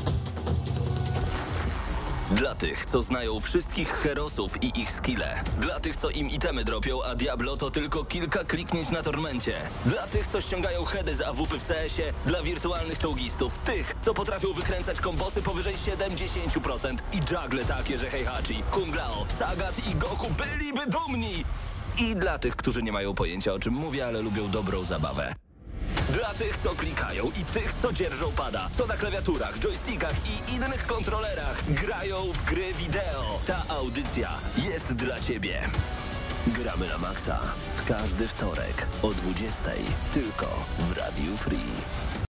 Dla tych, co znają wszystkich herosów i ich skille. Dla tych, co im itemy dropią, a Diablo to tylko kilka kliknięć na tormencie. Dla tych, co ściągają heady z AWP w CS-ie. Dla wirtualnych czołgistów. Tych, co potrafią wykręcać kombosy powyżej 70% i juggle takie, że Heihachi, Kung Lao, Sagat i Goku byliby dumni. I dla tych, którzy nie mają pojęcia, o czym mówię, ale lubią dobrą zabawę. Dla tych, co klikają i tych, co dzierżą pada, co na klawiaturach, joystickach i innych kontrolerach grają w gry wideo. Ta audycja jest dla ciebie. Gramy na Maxa w każdy wtorek o 20:00 tylko w Radiu Free.